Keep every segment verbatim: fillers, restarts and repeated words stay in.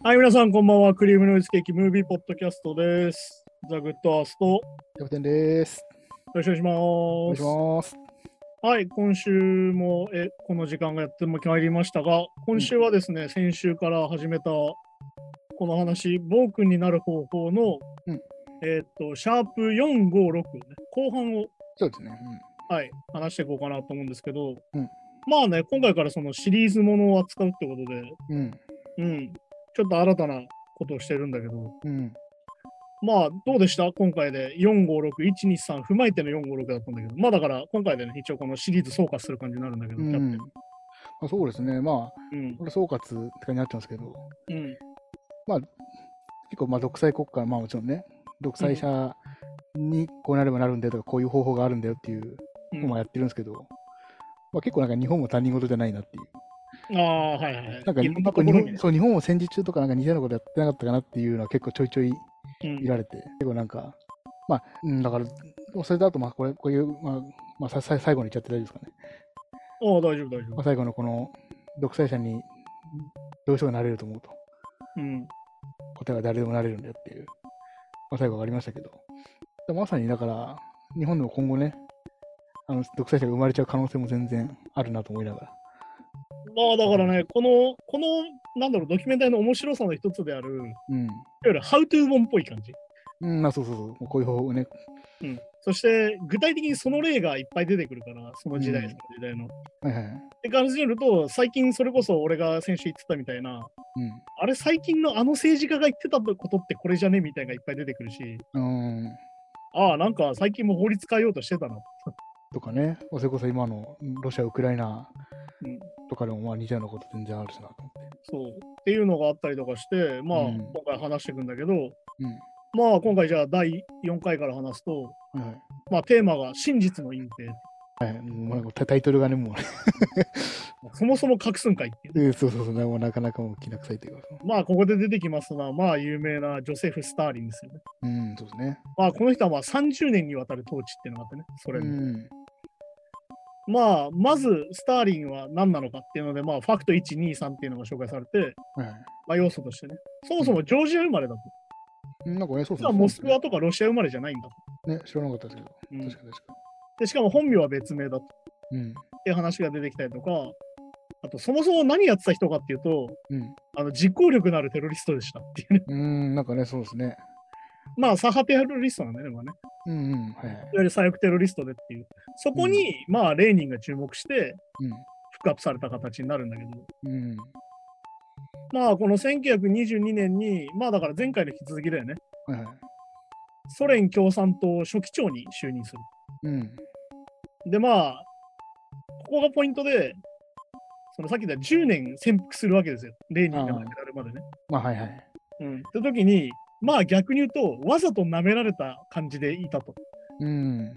はい、皆さん、こんばんは。クリームノイズケーキムービーポッドキャストです。ザ・グッドアースト。よキャプテンです。 ろしくお願いします。 お願いします。 はい、今週もえこの時間がやってまいりましたが、今週はですね、うん、先週から始めたこの話、暴君になる方法の、うん、えー、っと、シャープよんごろく、ね、後半を、 そうですね、 うん、はい、話していこうかなと思うんですけど、 うん、 まあね、今回からそのシリーズものを扱うってことで、 うんうん、ちょっと新たなことをしてるんだけど、 うん、 まあ、どうでした今回でよんごろく、いちにさん踏まえてのよんごろくだったんだけど、まあだから今回でね、一応このシリーズ総括する感じになるんだけど、 うん、まあ、そうですね、まあ、うん、これ総括って感じになってますけど、うん、まあ、結構まあ独裁国家、まあもちろんね、独裁者にこうなればなるんだよとか、こういう方法があるんだよっていうのもやってるんですけど、うん、まあ、結構なんか日本も他人事じゃないなっていう。 ああ、はいはい。 なんか結構日本、そう、日本も戦時中とかなんか似たようなことやってなかったかなっていうのは結構ちょいちょい見られて、うん、結構なんか、まあ、うん、だから、それだと、まあ、これ、こういう、まあ、まあ、さ最後に言っちゃって大丈夫ですかね。 ああ、大丈夫、大丈夫。 まあ、最後のこの、独裁者にどういう人がなれると思うと。うん。答えは誰でもなれるんだよっていう、まあ、最後がありましたけど。まさに、だから、日本でも今後ね、あの独裁者が生まれちゃう可能性も全然あるなと思いながら。 まあ、だからね、この、この、なんだろう、ドキュメンタリーの面白さの一つである、うん、いわゆる、ハウトゥー本っぽい感じ。 うん、まあ、そうそうそう、こういう方法ね。 うん。そして、具体的にその例がいっぱい出てくるから、その時代、うん、その時代の。はいはい。って感じで言うと、最近それこそ俺が先週言ってたみたいな、うん、あれ最近のあの政治家が言ってたことってこれじゃねみたいなのがいっぱい出てくるし、うん、ああ、なんか最近も法律変えようとしてたな。 とかね、それこそ今のロシア・ウクライナとかでもまあ似たようなこと全然あるしなと思って。 そう。っていうのがあったりとかして、まあ、うん、今回話していくんだけど、うん、まあ今回じゃあだいよんかいから話すと、はい、まあテーマが真実の隠蔽。 はい、もうタイトルがね、もうそもそも隠すんかいっていう、 ね。そうそうそう、もうなかなかもうきな臭いというか。 まあここで出てきますのは、まあ有名なジョセフ・スターリンですよね。 うん、そうですね。 まあこの人はまあさんじゅうねんにわたる統治っていうのがあってね、それ、うん、まあまずスターリンは何なのかっていうので、まあファクトいち、に、さんっていうのが紹介されて、はい、まあ要素としてね、そもそもジョージア生まれだと。 うん、なんかね、そう実はモスクワとかロシア生まれじゃないんだと。ね、知らなかったですけど、うん、確かに確かに。 で、しかも本名は別名だと。うん、っていう話が出てきたりとか、あとそもそも何やってた人かっていうと、うん、あの実行力のあるテロリストでしたっていうね。 うん、なんかね、そうですね。 まあ、左派テロリストなんだね、まあね。うんうん、はい。いわゆる左翼テロリストでっていう。そこに、うん、まあ、レーニンが注目して、うん、フックアップされた形になるんだけど、うん、まあ、このせんきゅうひゃくにじゅうにねんに、まあ、だから前回の引き続きだよね。はい、ソ連共産党書記長に就任する。うん、で、まあ、ここがポイントで、そのさっき言ったじゅうねん潜伏するわけですよ。レーニンが亡くなるまでね。 まあ、はいはい。 うん。って時に、まあ逆に言うと、わざと舐められた感じでいたと。うん。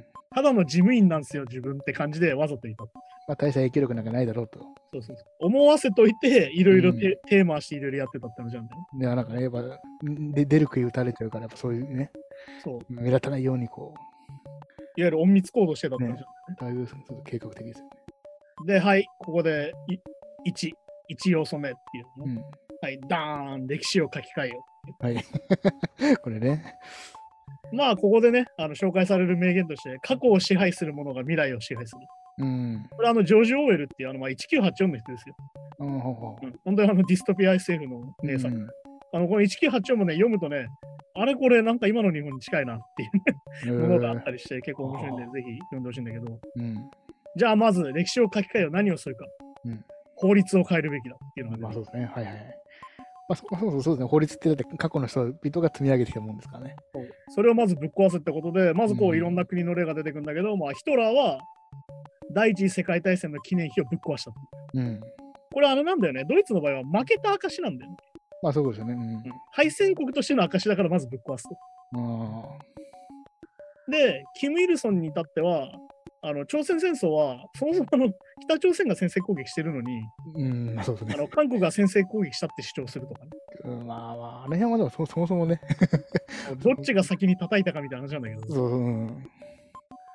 ただの事務員なんですよ、自分って感じでわざといたと。 まあ、大した影響力なんかないだろうと。 そうそうそう。思わせといて、いろいろテーマしていろいろやってたって話なんだよね。いや、なんかね、やっぱ、で出る杭打たれちゃうから、やっぱそういうね、そう。目立たないようにこう。 いわゆる隠密行動してたって話なんだよね。 だいぶちょっと計画的ですよね。 で、はい、ここでいち、いち要素目っていうの、うん、はい、ダーン、歴史を書き換えよう。はい。これね。 まあ、ここでね、あの紹介される名言として、過去を支配するものが未来を支配する。うん、これはあのジョージ・オーウェルっていうあの、まあ、せんきゅうひゃくはちじゅうよんの人ですよ。うん、本当にあのディストピア エスエフ の姉さん。うん、あのこのせんきゅうひゃくはちじゅうよんもね、読むとね、あれこれなんか今の日本に近いなっていう、ね、ものがあったりして、結構面白いんで、ぜひ読んでほしいんだけど。うん、じゃあまず歴史を書き換えよう、何をするか。うん、法律を変えるべきだっていうのが、ね、 まあそうですね。はいはい。まあ、そうそうそうですね。法律ってだって過去の人々が積み上げてきたもんですからね。 そうそれをまずぶっ壊すってことで、まずこういろんな国の例が出てくるんだけど、うん、まあヒトラーは第一次世界大戦の記念碑をぶっ壊した。うん、これあれなんだよね。ドイツの場合は負けた証なんだよね。 まあそうですよね。うん、 敗戦国としての証だからまずぶっ壊すと。あで、キム・イルソンに至っては、あの朝鮮戦争はそもそもあの北朝鮮が先制攻撃してるのに、 うんまあそうですね、 あの韓国が先制攻撃したって主張するとかね。 うん、まあまあ、あの辺はでも そ, そもそもねどっちが先に叩いたかみたいな話なんだけど。 そう、うん、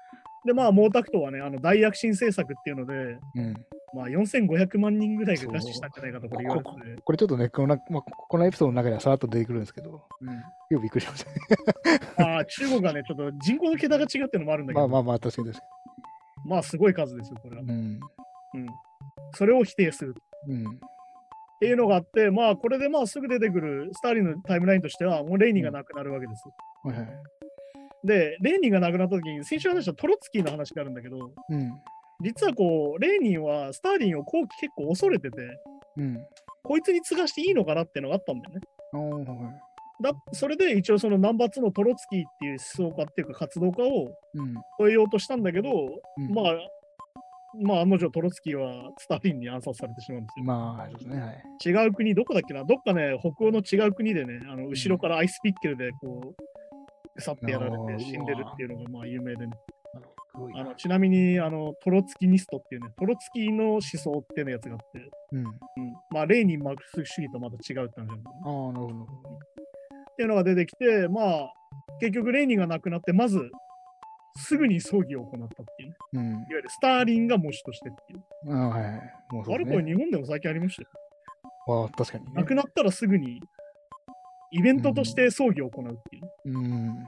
で、まあ、毛沢東はね、あの大躍進政策っていうので、うん、まあ、よんせんごひゃくまんにんぐらいが餓死したんじゃないかとこれ言われてて。 これちょっとね、この、まあ、このエピソードの中ではさらっと出てくるんですけど、うん、よくびっくりしましたね。 ああ、中国はね、ちょっと人口の桁が違うっていうのもあるんだけど。 まあまあまあ、確かに確かに。まあ、すごい数ですよ、これは。うん。うん、それを否定する。うん。っていうのがあって、まあ、これでまあ、すぐ出てくるスターリンのタイムラインとしては、もうレーニンがなくなるわけです。うん、はいはい。で、レーニンが亡くなった時に、先週話したトロツキーの話があるんだけど、うん、実はこう、レーニンはスターリンを後期結構恐れてて、うん、こいつに継がしていいのかなっていうのがあったんだよね。はい、だそれで一応そのナンバーツーのトロツキーっていう思想家っていうか活動家を超えようとしたんだけど、うん、まあ、まあ、案の定トロツキーはスターリンに暗殺されてしまうんですよ。まあ、そうですね、はい、違う国、どこだっけな、どっかね、北欧の違う国でね、あの後ろからアイスピッケルでこう、さってやられて死んでるっていうのがまあ有名でね。あのちなみにあのトロツキニストっていうね、トロツキーの思想っていうやつがあって、うんうん、まあ、レーニン・マルクス主義とまた違うって話なんだよね。ああ、なるほど。っていうのが出てきて、まあ、結局レーニンが亡くなって、まずすぐに葬儀を行ったっていうね。うん、いわゆるスターリンが喪主としてっていう。ああ、はい、もうそうですね。あれこれ日本でも最近ありましたよ。ああ、確かに、ね。亡くなったらすぐにイベントとして葬儀を行うっていう、うん。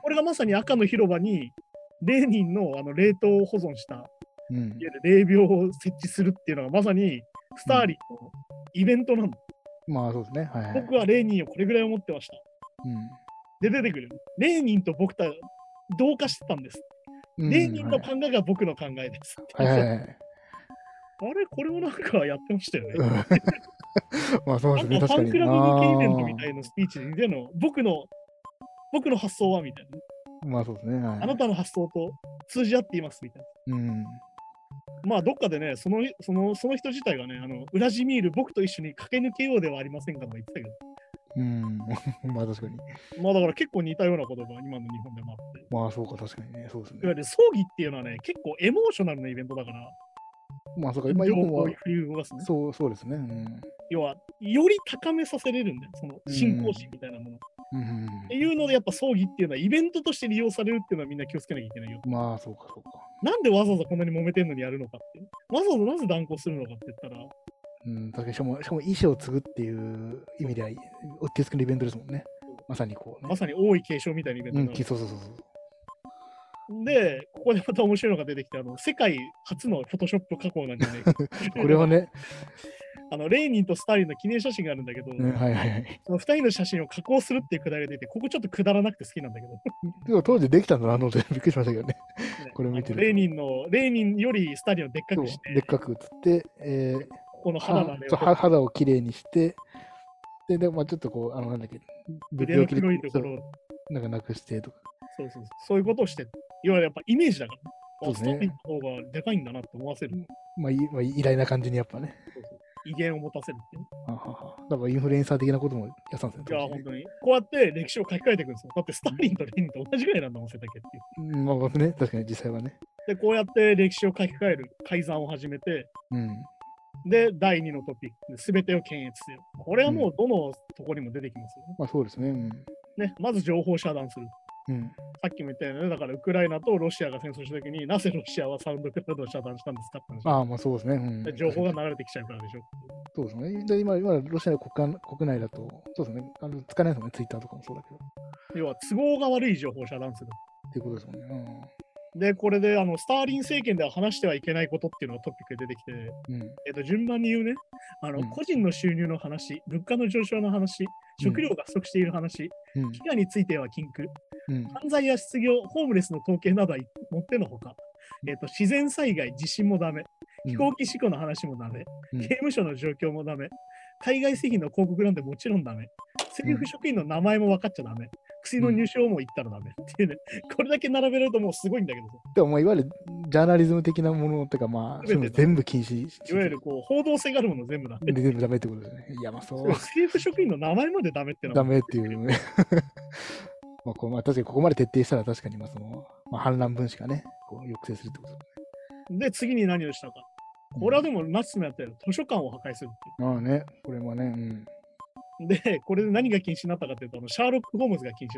これがまさに赤の広場にレーニンのあの冷凍保存した、うん、いわゆる霊廟を設置するっていうのがまさにスターリンのイベントなんだ。うん、まあそうですね。はいはい、僕はレーニンをこれぐらい思ってました。うん、で出てくる。レーニンと僕と同化してたんです。うん、レーニンの考えが僕の考えです。はいはいはい、あれこれもなんかやってましたよね。まあそうですね。ファンクラブ向けイベントみたいなスピーチでの僕の僕の発想はみたいな。まあそうですね。はい、あなたの発想と通じ合っていますみたいな。うん、まあどっかでね、そのそのその人自体がね、あのウラジミール、僕と一緒に駆け抜けようではありませんかとか言ってたけど。うん、まあ確かに。まあだから結構似たようなことが今の日本でもあって。まあそうか、確かにね。そうですね。いわゆる葬儀っていうのはね、結構エモーショナルなイベントだから。まあそうか、今、今は、そうそうですね。うん、要は、より高めさせれるんだよ、その信仰心みたいなもの。うんうん、っていうので、やっぱ葬儀っていうのはイベントとして利用されるっていうのはみんな気をつけなきゃいけないよ。まあそうか、そうか。なんでわざわざこんなに揉めてんのにやるのかって。わざわざなぜ断行するのかって言ったら。うん、確かにしかも、しかも意思を継ぐっていう意味では、うってつけのイベントですもんね。まさにこう、ね。まさに王位継承みたいなイベント、うん、そうそうそうそう。で、ここでまた面白いのが出てきて、あの世界初のフォトショップ加工なんじゃないか。これはね、あのレーニンとスターリンの記念写真があるんだけど、ね、はいはいはい、そのふたりの写真を加工するっていうくだりが出て、ここちょっとくだらなくて好きなんだけど。でも当時できたんだなと思ってびっくりしましたけどね。ねこれを見てるレーニンの、レーニンよりスターリンをでっかくして、でっかく写って、えー、ここの肌のは肌をきれいにして、で、でまあ、ちょっとこう、あの、なんだっけ、腕の黒いところをなんかなくしてとか。そうそうそう、そういうことをして、いわゆるやっぱイメージだから、ね、そうですね、スターリンの方がでかいんだなって思わせる。まあ、いまあ、偉大な感じにやっぱね。そうそう、威厳を持たせるっていう、ね。はははだからインフルエンサー的なこともやったんですね。いや、本当に。こうやって歴史を書き換えていくんですよ。だってスターリンとレーニンと同じぐらいなんだもん、背丈っていう。うん、まあね、確かに実際はね。で、こうやって歴史を書き換える改ざんを始めて、うん、で、だいにのトピック、すべてを検閲せよ。これはもうどのところにも出てきますよね。うん、まあそうですね。うん、ね、まず情報遮断する。うん、さっきも言ったよね、だからウクライナとロシアが戦争したときになぜロシアはサウンドクラウドを遮断したんですかって話。ああ、まあそうですね。うん、情報が流れてきちゃうからでしょ。そうですね。で今、今ロシアの 国, 国内だと、そうですね。あの使えないですもんね、ツイッターとかもそうだけど。要は都合が悪い情報を遮断する。っていうことですもんね。うん、で、これであのスターリン政権では話してはいけないことっていうのがトピックで出てきて、うん、えー、と順番に言うね、あの、うん、個人の収入の話、物価の上昇の話、食料が不足している話、うん、飢餓については禁句、うん、犯罪や失業、ホームレスの統計などはもってのほか、えー、と自然災害、地震もダメ、飛行機事故の話もダメ、うん、刑務所の状況もダメ、海外製品の広告なんてもちろんダメ、政府職員の名前も分かっちゃダメ、薬の入賞も言ったらダメっていうね、これだけ並べるともうすごいんだけど。でも、いわゆるジャーナリズム的なものっていうか、まあ、全部禁止。いわゆるこう報道性があるもの全部ダメ。全部ダメってことですね。いや、まあそう。政府職員の名前までダメってのは。ダメっていうね。まあこうまあ、確かにここまで徹底したら確かにまあその、まあ、反乱分子がね、こう抑制するってことですね。で、次に何をしたか。これはでもナチスもやったよ。図書館を破壊するっていう。ああね、これもね、うん。で、これで何が禁止になったかというと、あのシャーロック・ホームズが禁止だった。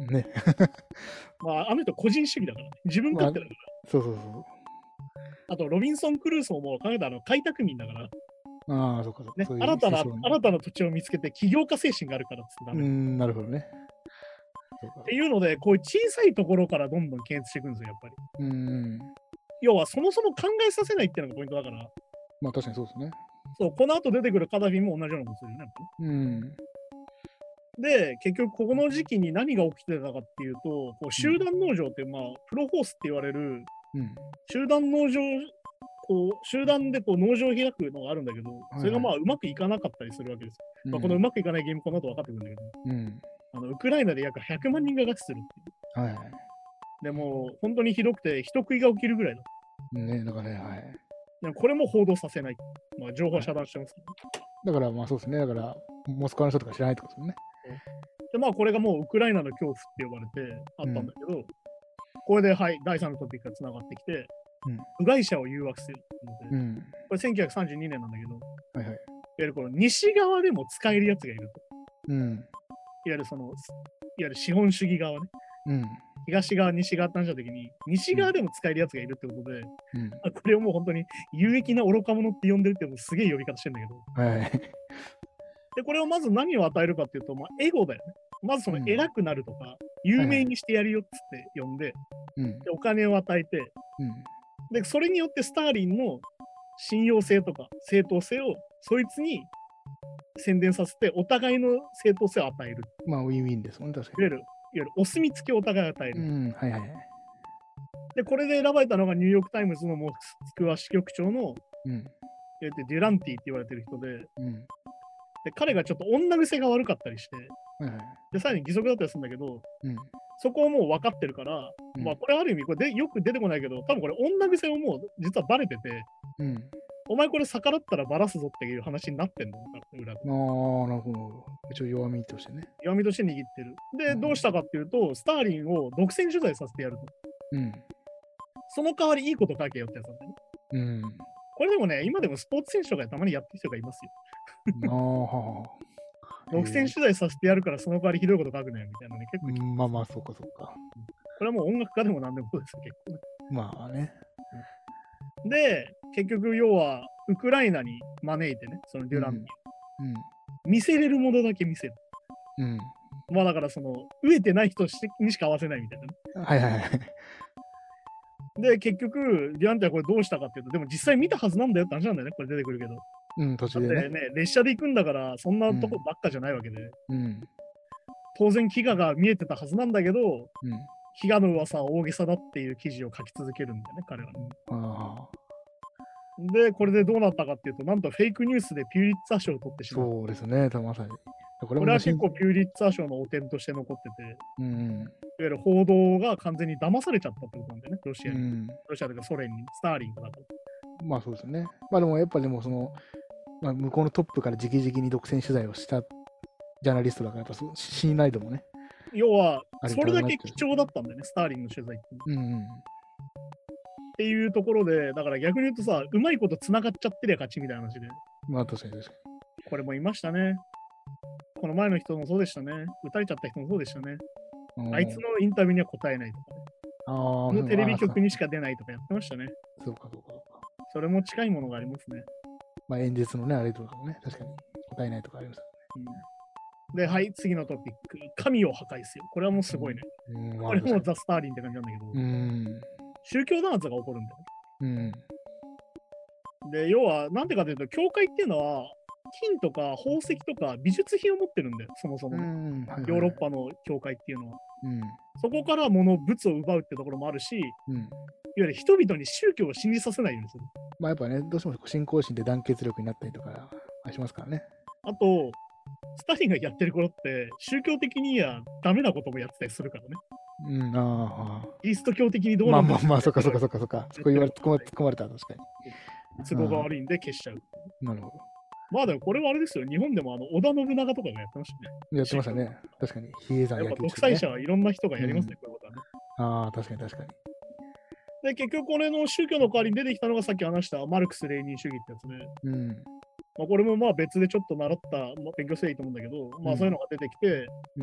ね。 まあ、あの人個人主義だから、ね、自分勝手だから、 まあ。そうそうそう。 あと、ロビンソン・クルーソーも考えたら開拓民だから。 ああ、そうかそうか。 ね、新たな、新たな土地を見つけて起業家精神があるからっつってダメ。 うん、なるほどね。 っていうので、こういう小さいところからどんどん検出していくんですよ、やっぱり。うん。要は、そもそも考えさせないっていうのがポイントだから。 まあ、確かにそうですね。 そう、この後出てくるカダフィも同じようなことするよね、やっぱり。うん。で、結局、ここの時期に何が起きてたかっていうと、こう集団農場って、まあ、プロホースって言われる、うん、集団農場、こう集団でこう農場を開くのがあるんだけど、それがまあうまくいかなかったりするわけです。うん、まあ、このうまくいかないゲーム、この後分かってくるんだけど、うん、あのウクライナで約ひゃくまんにんが餓死するっていう。はい、でも、本当にひどくて、人食いが起きるぐらいだ。 ね、だからね、はい。 でもこれも報道させない。まあ、情報遮断してます、ね、 だからまあそうですね、だからモスクワの人とか知らないってことですよね。 で、まあこれがもうウクライナの恐怖って呼ばれてあったんだけど、うん、これではい、だいさんのトピックがつながってきて、うん、部外者を誘惑するので、うん、これせんきゅうひゃくさんじゅうにねんなんだけど、はいはい、いわゆるこの西側でも使えるやつがいると。うん、いわゆるその、いわゆる資本主義側ね。うん、東側、西側って話したときに、西側でも使えるやつがいるってことで、うん、これをもう本当に有益な愚か者って呼んでるってすげえ呼び方してるんだけど、はい、で、これをまず何を与えるかっていうと、まあ、エゴだよね。まずその偉くなるとか、うん、有名にしてやるよっつって呼んで、はいはい、でお金を与えて、うん、で、それによってスターリンの信用性とか正当性をそいつに宣伝させて、お互いの正当性を与える。 まあ、ウィンウィンですもんね、確かに。 いわゆる、いわゆるお墨付きをお互い与える。 うん、はいはい。 で、これで選ばれたのがニューヨーク・タイムズのモスクワ支局長の、うん、デュランティって言われてる人で、うん、で彼がちょっと女癖が悪かったりして、はいはい、でさらに義足だったりするんだけど、うん、そこをもう分かってるから、うん、まあこれある意味これでよく出てこないけど、多分これ女癖をもう実はバレてて、うん、お前これ逆らったらバラすぞっていう話になってんの裏で。 ああ、なるほど。一応弱みとしてね。 弱みとして握ってる。で、うん、どうしたかっていうと、スターリンを独占取材させてやると。うん、その代わりいいこと書けよってやつなんだよね。うん、これでもね、今でもスポーツ選手とかたまにやってる人がいますよ。あ独占取材させてやるからその代わりひどいこと書くねみたいなね、結構。 まあまあ、そうかそうか。 これはもう音楽家でも何でもそうですよ、結構ね。 まあね。 で、結局、要は、ウクライナに招いてね、そのデュランティ、うんうん、見せれるものだけ見せる。うん、まあだから、その、飢えてない人にしか合わせないみたいなね。 はいはいはい。 で、結局、デュランティはこれどうしたかっていうと、でも実際見たはずなんだよって話なんだよね、これ出てくるけど。 うん、途中でね。 だってね、列車で行くんだから、そんなとこばっかじゃないわけで。うん、当然、飢餓が見えてたはずなんだけど、うん、飢餓の噂は大げさだっていう記事を書き続けるんだよね、彼はね。あで、これでどうなったかっていうと、なんとフェイクニュースでピューリッツァー賞を取ってしまう。 そうですね、まさに。 これ, これは結構ピューリッツァー賞の汚点として残ってて、うん、いわゆる報道が完全に騙されちゃったってことなんだよね、ロシアに。うん、ロシアというかソ連に、スターリンから。 まあそうですね。まあでもやっぱでもその、まあ、向こうのトップから直々に独占取材をしたジャーナリストだから、やっぱ信頼度もね。 要は、それだけ貴重だったんだよね、スターリンの取材って。うんうん、っていうところで、だから逆に言うとさ、うまいこと繋がっちゃってりゃ勝ちみたいな話で。 まあ確かに確かに。 これもいましたね。この前の人もそうでしたね。撃たれちゃった人もそうでしたね。あいつのインタビューには答えないとかね。あこのテレビ局にしか出ないとかやってましたね。 そうかそうかそうか。 それも近いものがありますね。 まあ演説のね、あれとかもね、確かに答えないとかありますよね。 うん、で、はい、次のトピック。神を破壊する。これはもうすごいね。うん、これもザ・スターリンって感じなんだけど、うん、宗教弾圧が起こるんだよ。うん、で、要は、なんでかというと、教会っていうのは、金とか宝石とか美術品を持ってるんだよ、そもそも、ねうんはいはい。ヨーロッパの教会っていうのは。うん、そこから物、物を奪うってところもあるし、うん、いわゆる人々に宗教を信じさせないようにする。 まあやっぱね、どうしても信仰心で団結力になったりとかしますからね。 あと、スターリンがやってる頃って、宗教的にはダメなこともやってたりするからね。うん、ああ。キリスト教的にどうなんだまあまあまあ、そっかそっかそっかそっか。そこ言われ、突っ込まれたら確かに。都合が悪いんで消しちゃう。 なるほど。 まあでもこれはあれですよ。日本でもあの織田信長とかがやってましたね。 やってましたね。確かに。比叡山やっぱ独裁者はいろんな人がやりますね、うん、こういうことはね。 ああ、確かに確かに。 で、結局これの宗教の代わりに出てきたのがさっき話したマルクス・レーニン主義ってやつで、うん、まあ、これもまあ別でちょっと習った、まあ、勉強していいと思うんだけど、まあそういうのが出てきて、うん、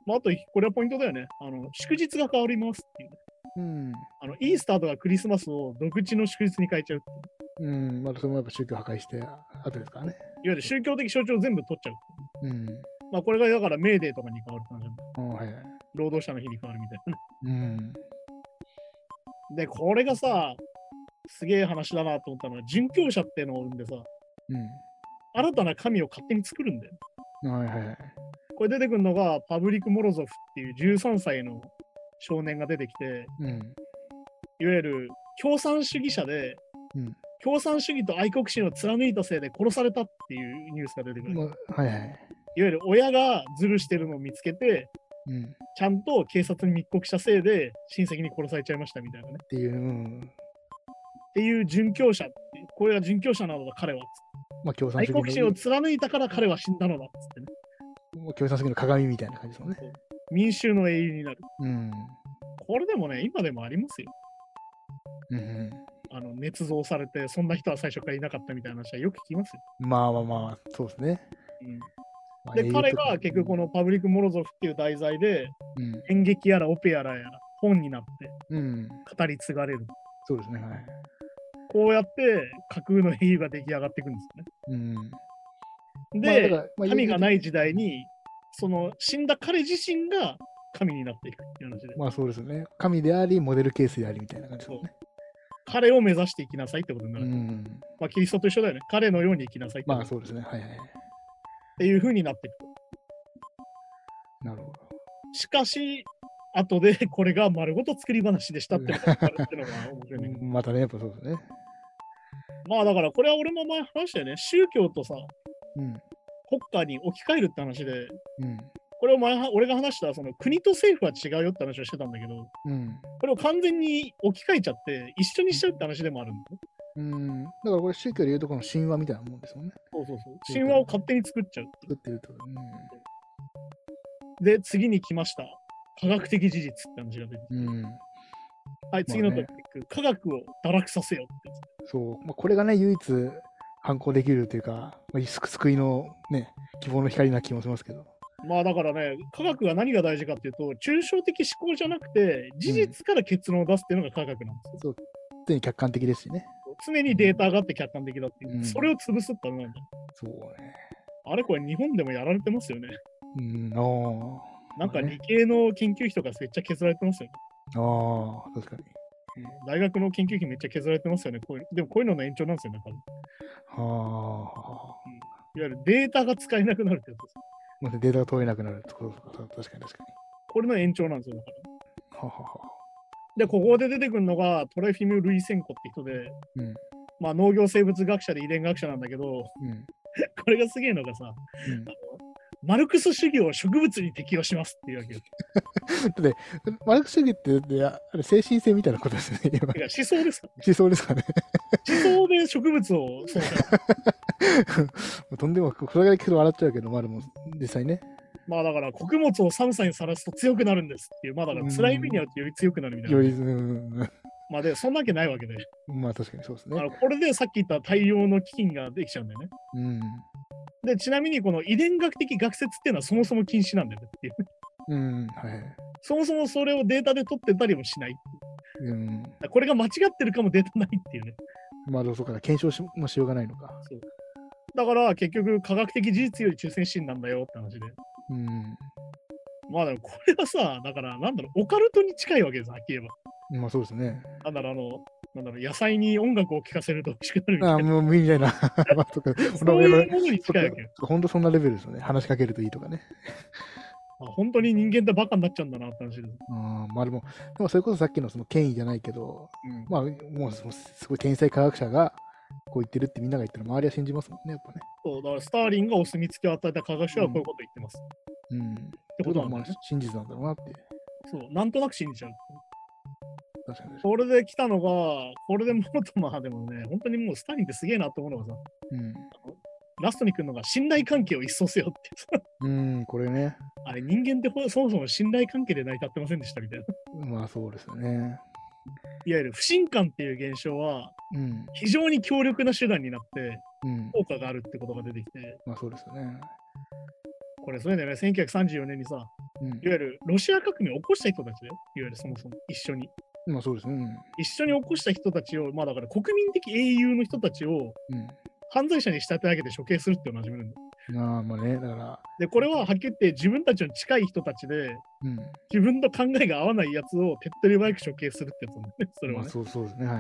まあ、あと、これはポイントだよね。あの、祝日が変わりますっていう、ね。うん。あの、イースターとかクリスマスを独自の祝日に変えちゃうっていう。 うん。まだそれもやっぱ宗教破壊して、あとですからね。いわゆる宗教的象徴を全部取っちゃう。うん。まあ、これがだからメーデーとかに変わる感じ。はいはい。労働者の日に変わるみたいな。うん。で、これがさ、すげえ話だなと思ったのは、殉教者っていうのを生んでさ、うん、新たな神を勝手に作るんだよ。はいはいはい。これ出てくるのが、パブリック・モロゾフっていうじゅうさんさいの少年が出てきて、うん、いわゆる共産主義者で、うん、共産主義と愛国心を貫いたせいで殺されたっていうニュースが出てくる。まはいはい、いわゆる親がズルしてるのを見つけて、うん、ちゃんと警察に密告したせいで親戚に殺されちゃいましたみたいなね。っていう、うん、っていう殉教者っていう、これが殉教者なのだ彼は。まあ、共産主義愛国心を貫いたから彼は死んだのだっつってね。共産主義の鏡みたいな感じですもんね。民衆の英雄になる。うん、これでもね、今でもありますよ。うんうん、あの捏造されて、そんな人は最初からいなかったみたいな話はよく聞きますよ。まあまあまあ、そうですね。うんまあ、で、彼が結局このパブリック・モロゾフっていう題材で、うん、演劇やらオペラやら本になって語り継がれる。うん、そうですね。はい。こうやって架空の英雄が出来上がっていくんですよね。うん、で、まあまあ、神がない時代に、その死んだ彼自身が神になっていくっていう話で。まあそうですね。神であり、モデルケースでありみたいな感じですね。彼を目指していきなさいってことになる。うん、まあキリストと一緒だよね。彼のように生きなさいって。まあそうですね。はいはい。っていう風になっていくと。なるほど。しかし、後でこれが丸ごと作り話でしたっていうのが面白いね。またね、やっぱそうですね。まあだからこれは俺も前話したよね。宗教とさ、うん、国家に置き換えるって話で、うん、これを前俺が話したその国と政府は違うよって話をしてたんだけど、うん、これを完全に置き換えちゃって一緒にしちゃうって話でもあるんだよ。うん、だからこれ宗教でいうとこの神話みたいなもんですもんね。そうそうそう。神話を勝手に作っちゃう。作ってると。うん、で、次に来ました。科学的事実って話が出てきて。うんはい、次のトピック、まあね、科学を堕落させよって。そう、まあ、これがね、唯一反抗できるというか、まあ、救いのね、希望の光な気もしますけど。まあだからね、科学が何が大事かっていうと、抽象的思考じゃなくて、事実から結論を出すっていうのが科学なんですよ。うん、そう、常に客観的ですしね。常にデータがあって客観的だっていう。うん、それを潰すってのなんだ。そうね。あれこれ日本でもやられてますよね。うん、ああ。なんか理系の研究費とかめっちゃ削られてますよね。ああ、確かに。大学の研究費めっちゃ削られてますよね。こういうでもこういうのの延長なんですよね、多分。はあ、うん。いわゆるデータが使えなくなるってやつです。またデータが取れなくなるってことですか。確かに確かに。これの延長なんですよ、だから。はははで、ここで出てくるのがトレフィム・ルイセンコって人で、うん、まあ農業生物学者で遺伝学者なんだけど、うん、これがすげえのがさ、うん、あのマルクス主義を植物に適用しますっていうわけよ。で、マルクス主義って、あれ精神性みたいなことですね。いや思想ですか、ね、思想ですかね。思想で植物をそうか。とんでも、それが聞くと笑っちゃうけど、まあでも、実際ね。まあだから、穀物を寒さにさらすと強くなるんですっていう、まあだから辛い目に遭うとより強くなるみたいな。より、うん。まあで、そんなわけないわけで。まあ確かにそうですね。あのこれでさっき言った大量の飢饉ができちゃうんだよね。うん。で、ちなみにこの遺伝学的学説っていうのはそもそも禁止なんだよねっていう。うん、はい。そもそもそれをデータで取ってたりもしない。うん。これが間違ってるかもデータないっていうね。まあ、そうか、検証しもしようがないのか。そう。だから結局科学的事実より中性心なんだよって話で。うん。まあでもこれはさ、だからなんだろう、オカルトに近いわけです、はっきり言えば。まあそうですね。なんだろう、あの、なんだろう、野菜に音楽を聴かせると美味しくなるみたいな。ああ、もうみたいな。そういうものに近いわけよ。本当そんなレベルですよね。話しかけるといいとかね。あ、本当に人間ってバカになっちゃうんだなって話です。あまあでも、でもそれこそさっきのその権威じゃないけど、うん、まあもうすごい天才科学者がこう言ってるってみんなが言ったら周りは信じますもんね、やっぱね。そう、だからスターリンがお墨付きを与えた科学者はこういうこと言ってます。うん。うん、ってことはまあ真実なんだろうなって。そう、なんとなく信じちゃう。確かに。これで来たのが、これでもっとまあでもね、本当にもうスターリンってすげえなと思うのがさ、うん、ラストに来るのが信頼関係を一掃せよって。うん、これね。あれ、人間ってそもそも信頼関係で成り立ってませんでしたみたいな。まあそうですよね。いわゆる不信感っていう現象は、うん、非常に強力な手段になって、効果があるってことが出てきて。うん、まあそうですよね。これ、そういうのね、せんきゅうひゃくさんじゅうよねんにさ、 うん、いわゆるロシア革命を起こした人たちだよ。いわゆるそもそも一緒に。 まあそうですね。うん、 一緒に起こした人たちを、まあだから国民的英雄の人たちを犯罪者に仕立て上げて処刑するっていうのを始めるんだよ。 ああ、まあね、だから。 で、これははっきり言って自分たちの近い人たちで、うん、自分と考えが合わないやつを手っ取り早く処刑するってやつなんだね。それはね。まあ、 そうそうですね。はい。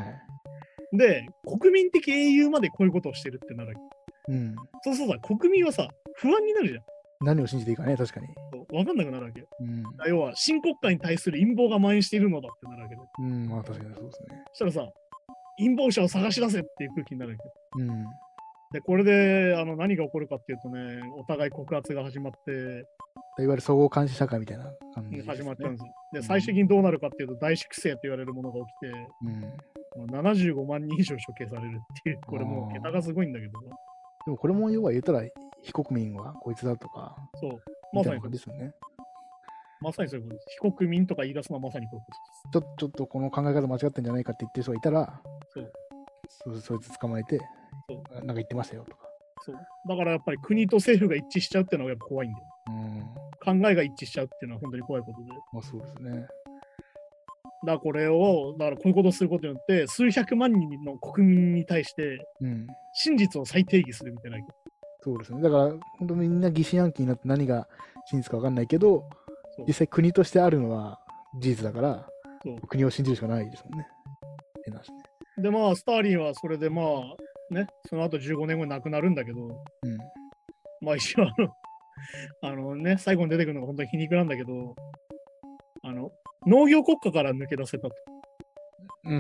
で、国民的英雄までこういうことをしてるってなるわけ。うん。そうそうさ、国民はさ、不安になるじゃん。 何を信じていいかね、確かに。 分かんなくなるわけ。うん、要は、新国家に対する陰謀が蔓延しているのだってなるわけで。 うん、まあ確かにそうですね。 そしたらさ、陰謀者を探し出せっていう空気になるわけ。うん。で、これであの何が起こるかっていうとね、お互い告発が始まって、 いわゆる総合監視社会みたいな感じです、ね、 始まっちゃうんです。で、最終的にどうなるかっていうと、大粛清と言われるものが起きて、うん、ななじゅうごまんにん以上処刑されるっていう、これもう桁がすごいんだけど。 でもこれも要は言ったら、非国民はこいつだとか、 そう、まさにですよね。 まさにそういうことです。非国民とか言い出すのはまさにこういうことです。ちょっとこの考え方間違ってんじゃないかって言ってる人がいたら、そう そ, そいつ捕まえて、そうなんか言ってましたよとか。 そうだからやっぱり国と政府が一致しちゃうっていうのがやっぱ怖いんだよ。うん、考えが一致しちゃうっていうのは本当に怖いことで。 まあそうですね。 だからこれを、だからこういうことをすることによって、数百万人の国民に対して、真実を再定義するみたいな。うん、 そうですね。だから本当にみんな疑心暗鬼になって何が真実か分かんないけど、実際国としてあるのは事実だから、国を信じるしかないですもんね。変な話ね。 でまあ、スターリンはそれでまあ、ね、その後じゅうごねんごに亡くなるんだけど、うん、まあ一応あの、あのね、最後に出てくるのが本当に皮肉なんだけど、あの、農業国家から抜け出せたと。 うん、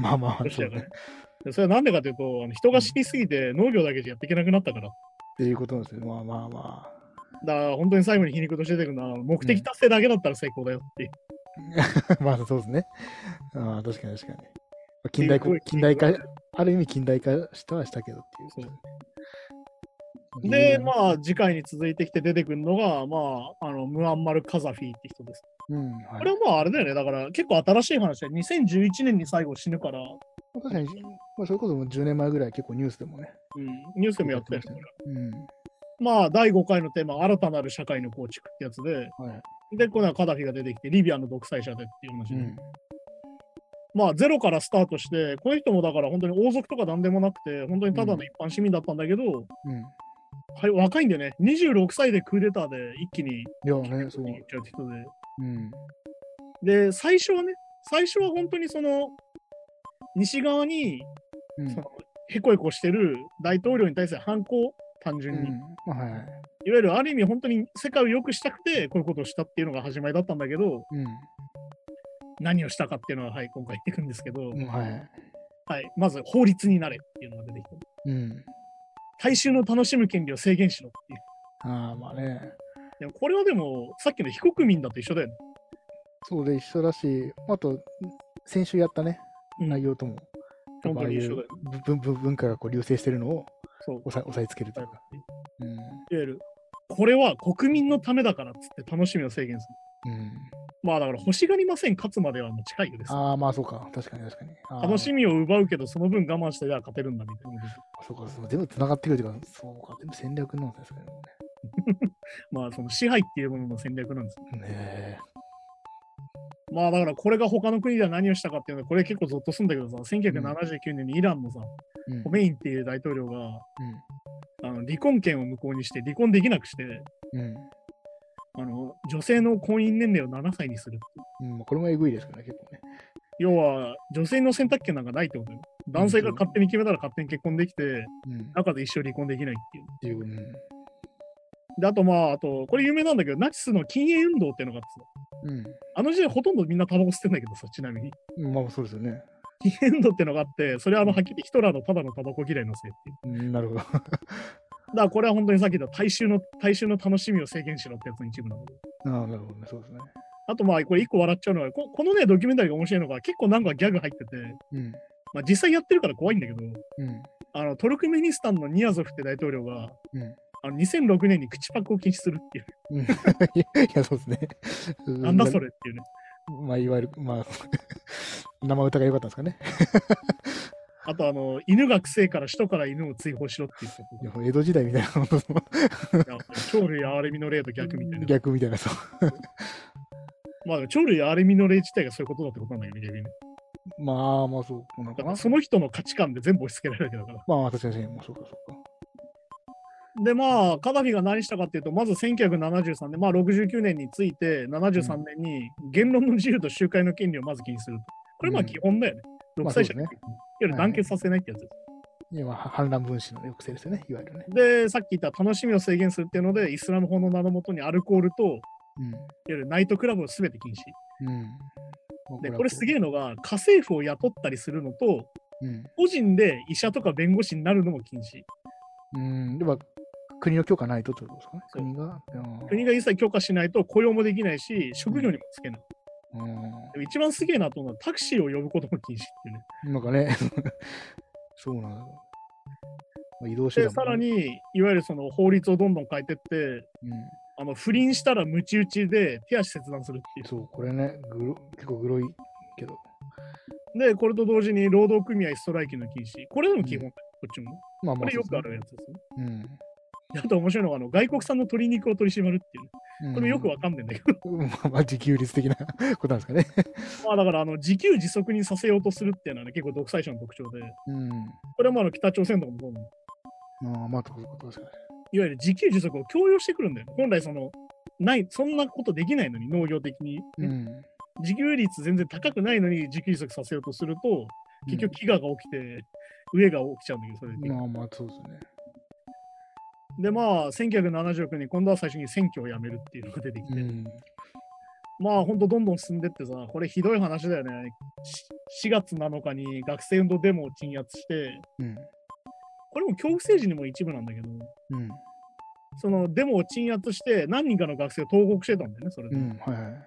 まあまあ、 ロシアがね。でそれはなんでかというと、あの人が死にすぎて農業だけじゃやっていけなくなったから。 っていうことなんですよ。まあまあまあ。 だから本当に最後に皮肉として出てくるのは、目的達成だけだったら成功だよっていう。 うん、まあそうですね。ああ、確かに確かに。近代化、近代化、ある意味近代化したはしたけどっていう。 そうで、まあ、次回に続いてきて出てくるのが、まあ、あのムアンマル・カザフィって人です。うんはい、これはまあ、あれだよね。だから、結構新しい話で、にせんじゅういちねんに最後死ぬから。 確かに、まあ、それこそじゅうねんまえぐらい結構ニュースでもね。 うん、ニュースでもやってる、ね。うん、まあ、だいごかいのテーマは、新たなる社会の構築ってやつで、はい、で、このカザフィが出てきて、リビアの独裁者でっていう話で。うんまあ、ゼロからスタートして、この人もだから本当に王族とかなんでもなくて、本当にただの一般市民だったんだけど、うんはい、若いんでね、にじゅうろくさいでクーデターで一気に、 いやね、そう。 言っちゃう人で。うん、で、最初はね、最初は本当にその、西側に、うん、そのへこへこしてる大統領に対する反抗、単純に。うんはい、いわゆるある意味本当に世界を良くしたくて、こういうことをしたっていうのが始まりだったんだけど、うん何をしたかっていうのは、はい、今回言っていくんですけど、うんはいはい、まず法律になれっていうのが出てきた。うん、大衆の楽しむ権利を制限しろっていう。 ああ、まあね。 でもこれはでも、さっきの非国民だと一緒だよね。 そうで一緒だし、あと、先週やったね、うん、内容とも、 本当に一緒だよ、 ね。文, 文化がこう流星してるのを押さ押さえつけるというか。 うん、いわゆる、これは国民のためだからっつって楽しみを制限する。うんまあだから欲しがりません勝つまではもう近いよです。 ああまあそうか確かに確かに。 楽しみを奪うけどその分我慢してじゃあ勝てるんだみたいな。 そうかそう全部つながってくるというかそうか全部戦略なんですかね。 まあその支配っていうものの戦略なんですよね。まあだからこれが他の国では何をしたかっていうのはこれ結構ゾッとするんだけどさせんきゅうひゃくななじゅうきゅうねんにイランのさ、うん、ホメインっていう大統領が、うん、あの離婚権を無効にして離婚できなくして、うんあの女性の婚姻年齢をななさいにするって、 うん、これもえぐいですからね、結構ね。 要は、女性の選択権なんかないってことよ。男性が勝手に決めたら勝手に結婚できて、うん、中で一生離婚できないっていう。うん、で、あとまあ、あと、これ有名なんだけど、ナチスの禁煙運動っていうのがあってさ、うん、あの時代ほとんどみんなタバコ吸ってんだけどさ、ちなみに。 うん、まあそうですよね。 禁煙運動っていうのがあって、それはあの、はっきりヒトラーのただのタバコ嫌いのせいっていう。 うん、なるほど。 だからこれは本当にさっき言った大衆の大衆の楽しみを制限しろってやつの一部なんだけど。ああ、なるほどね、そうですね。 あとまあこれ一個笑っちゃうのはこ、このねドキュメンタリーが面白いのが結構なんかギャグ入ってて、うんまあ、実際やってるから怖いんだけど、うん、あのトルクメニスタンのニアゾフって大統領が、うん、あのにせんろくねんに口パクを禁止するっていう。 うん、いや、そうですね。 なんだそれっていうね。 まあいわゆる、まあ、生歌が良かったんですかね。 あと、あの、犬が臭いから首都から犬を追放しろって言ってた。いや、江戸時代みたいな。 鳥類アレミの霊と逆みたいな。 逆みたいな、そう。 まあ、鳥類アレミの霊自体がそういうことだってことなんだけど、逆にね。 まあまあ、そうなのかな。 その人の価値観で全部押し付けられるわけだから。 まあ、確かに、もうそうか、そうか。 で、まあ、カダフィが何したかっていうと、まずせんきゅうひゃくななじゅうさんねん、まあ、ろくじゅうきゅうねんについて、ななじゅうさんねんに言論の自由と集会の権利をまず禁止すると。これまあ基本だよね。うん、独裁者の、まあね、いわゆる団結させないってやつです。 いや、まあ、反乱分子の抑制ですよね、いわゆるね。 で、さっき言った楽しみを制限するっていうので、イスラム法の名のもとにアルコールと、うん、いわゆるナイトクラブをすべて禁止。うん、で、これすげえのが、家政婦を雇ったりするのと、うん、個人で医者とか弁護士になるのも禁止。 うん、では国の許可ないとってことですかね。国が国が一切許可しないと雇用もできないし、職業にもつけない。うん、で一番すげえなと思うのはタクシーを呼ぶことも禁止っていうね。 なんかね、そうなんだ。まあ、移動手段で、さらに、いわゆるその法律をどんどん変えてって、うん、あの不倫したらムチ打ちで手足切断するっていう。 そう、これね、グロ結構グロいけど。 で、これと同時に労働組合ストライキの禁止。これでも基本、うん、こっちも。まあまあ、これよくあるやつですね。うんあと面白いのはあの外国産の鶏肉を取り締まるっていう、ね、これよくわかんないんだけど、 うん、まあ自給率的なことなんですかね。 まあだからあの自給自足にさせようとするっていうのは、ね、結構独裁者の特徴で、うん、これはまあ北朝鮮とかもそうなの。ああ、まあそういうことですね。 いわゆる自給自足を強要してくるんだよ。本来そのないそんなことできないのに農業的に、ね、うん、自給率全然高くないのに自給自足させようとすると結局飢餓が起きて、うん、上が起きちゃうんだけど、それで。 まあまあそうですね。 で、まあ、せんきゅうひゃくななじゅうろくねんに今度は最初に選挙をやめるっていうのが出てきて、うん、まあ、ほんとどんどん進んでってさ、これひどい話だよね。しがつなのかに学生運動デモを鎮圧して、うん、これも恐怖政治にも一部なんだけど、うん、そのデモを鎮圧して何人かの学生を投獄してたんだよね、それで。うんはいはい、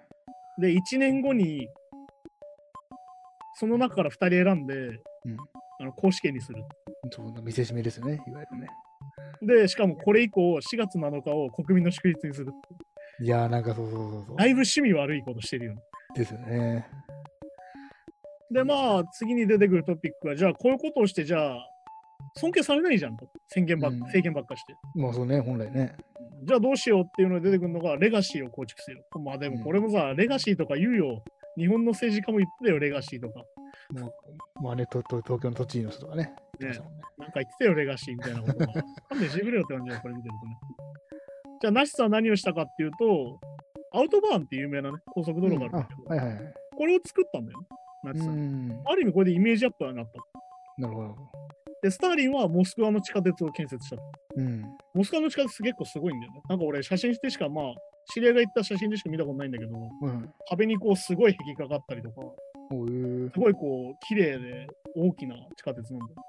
で、いちねんごに、その中からふたり選んで、うん、あの公試験にする。 そう見せしめですよね、いわゆるね。 で、しかもこれ以降、しがつなのかを国民の祝日にする。 いやー、なんかそうそうそうそう。 だいぶ趣味悪いことしてるよね。 ですよね。 で、まあ、次に出てくるトピックは、じゃあ、こういうことをして、じゃあ、尊敬されないじゃんと。宣言ばっ、うん、政権ばっかして。 まあ、そうね、本来ね。 じゃあ、どうしようっていうのが出てくるのが、レガシーを構築せよ。まあ、でも、これもさ、うん、レガシーとか言うよ。日本の政治家も言ってたよ、レガシーとか。 まあ、まあね、とと東京の都知事の人とかね。 ね、ねなんか言ってたよ、レガシーみたいなことが。勘弁してくれよって感じだよ、これ見てるとね。じゃあ、ナシスは何をしたかっていうと、アウトバーンっていう有名なね、高速道路があるんだけど、うんはいはいはい、これを作ったんだよね、ナチスは。ある意味、これでイメージアップがなった。 なるほど。 で、スターリンはモスクワの地下鉄を建設した。うん、モスクワの地下鉄結構すごいんだよね。なんか俺、写真してしか、まあ、知り合いが行った写真でしか見たことないんだけど、うん、壁にこう、すごい壁画があったりとか、すごいこう、綺麗で大きな地下鉄なんだよ。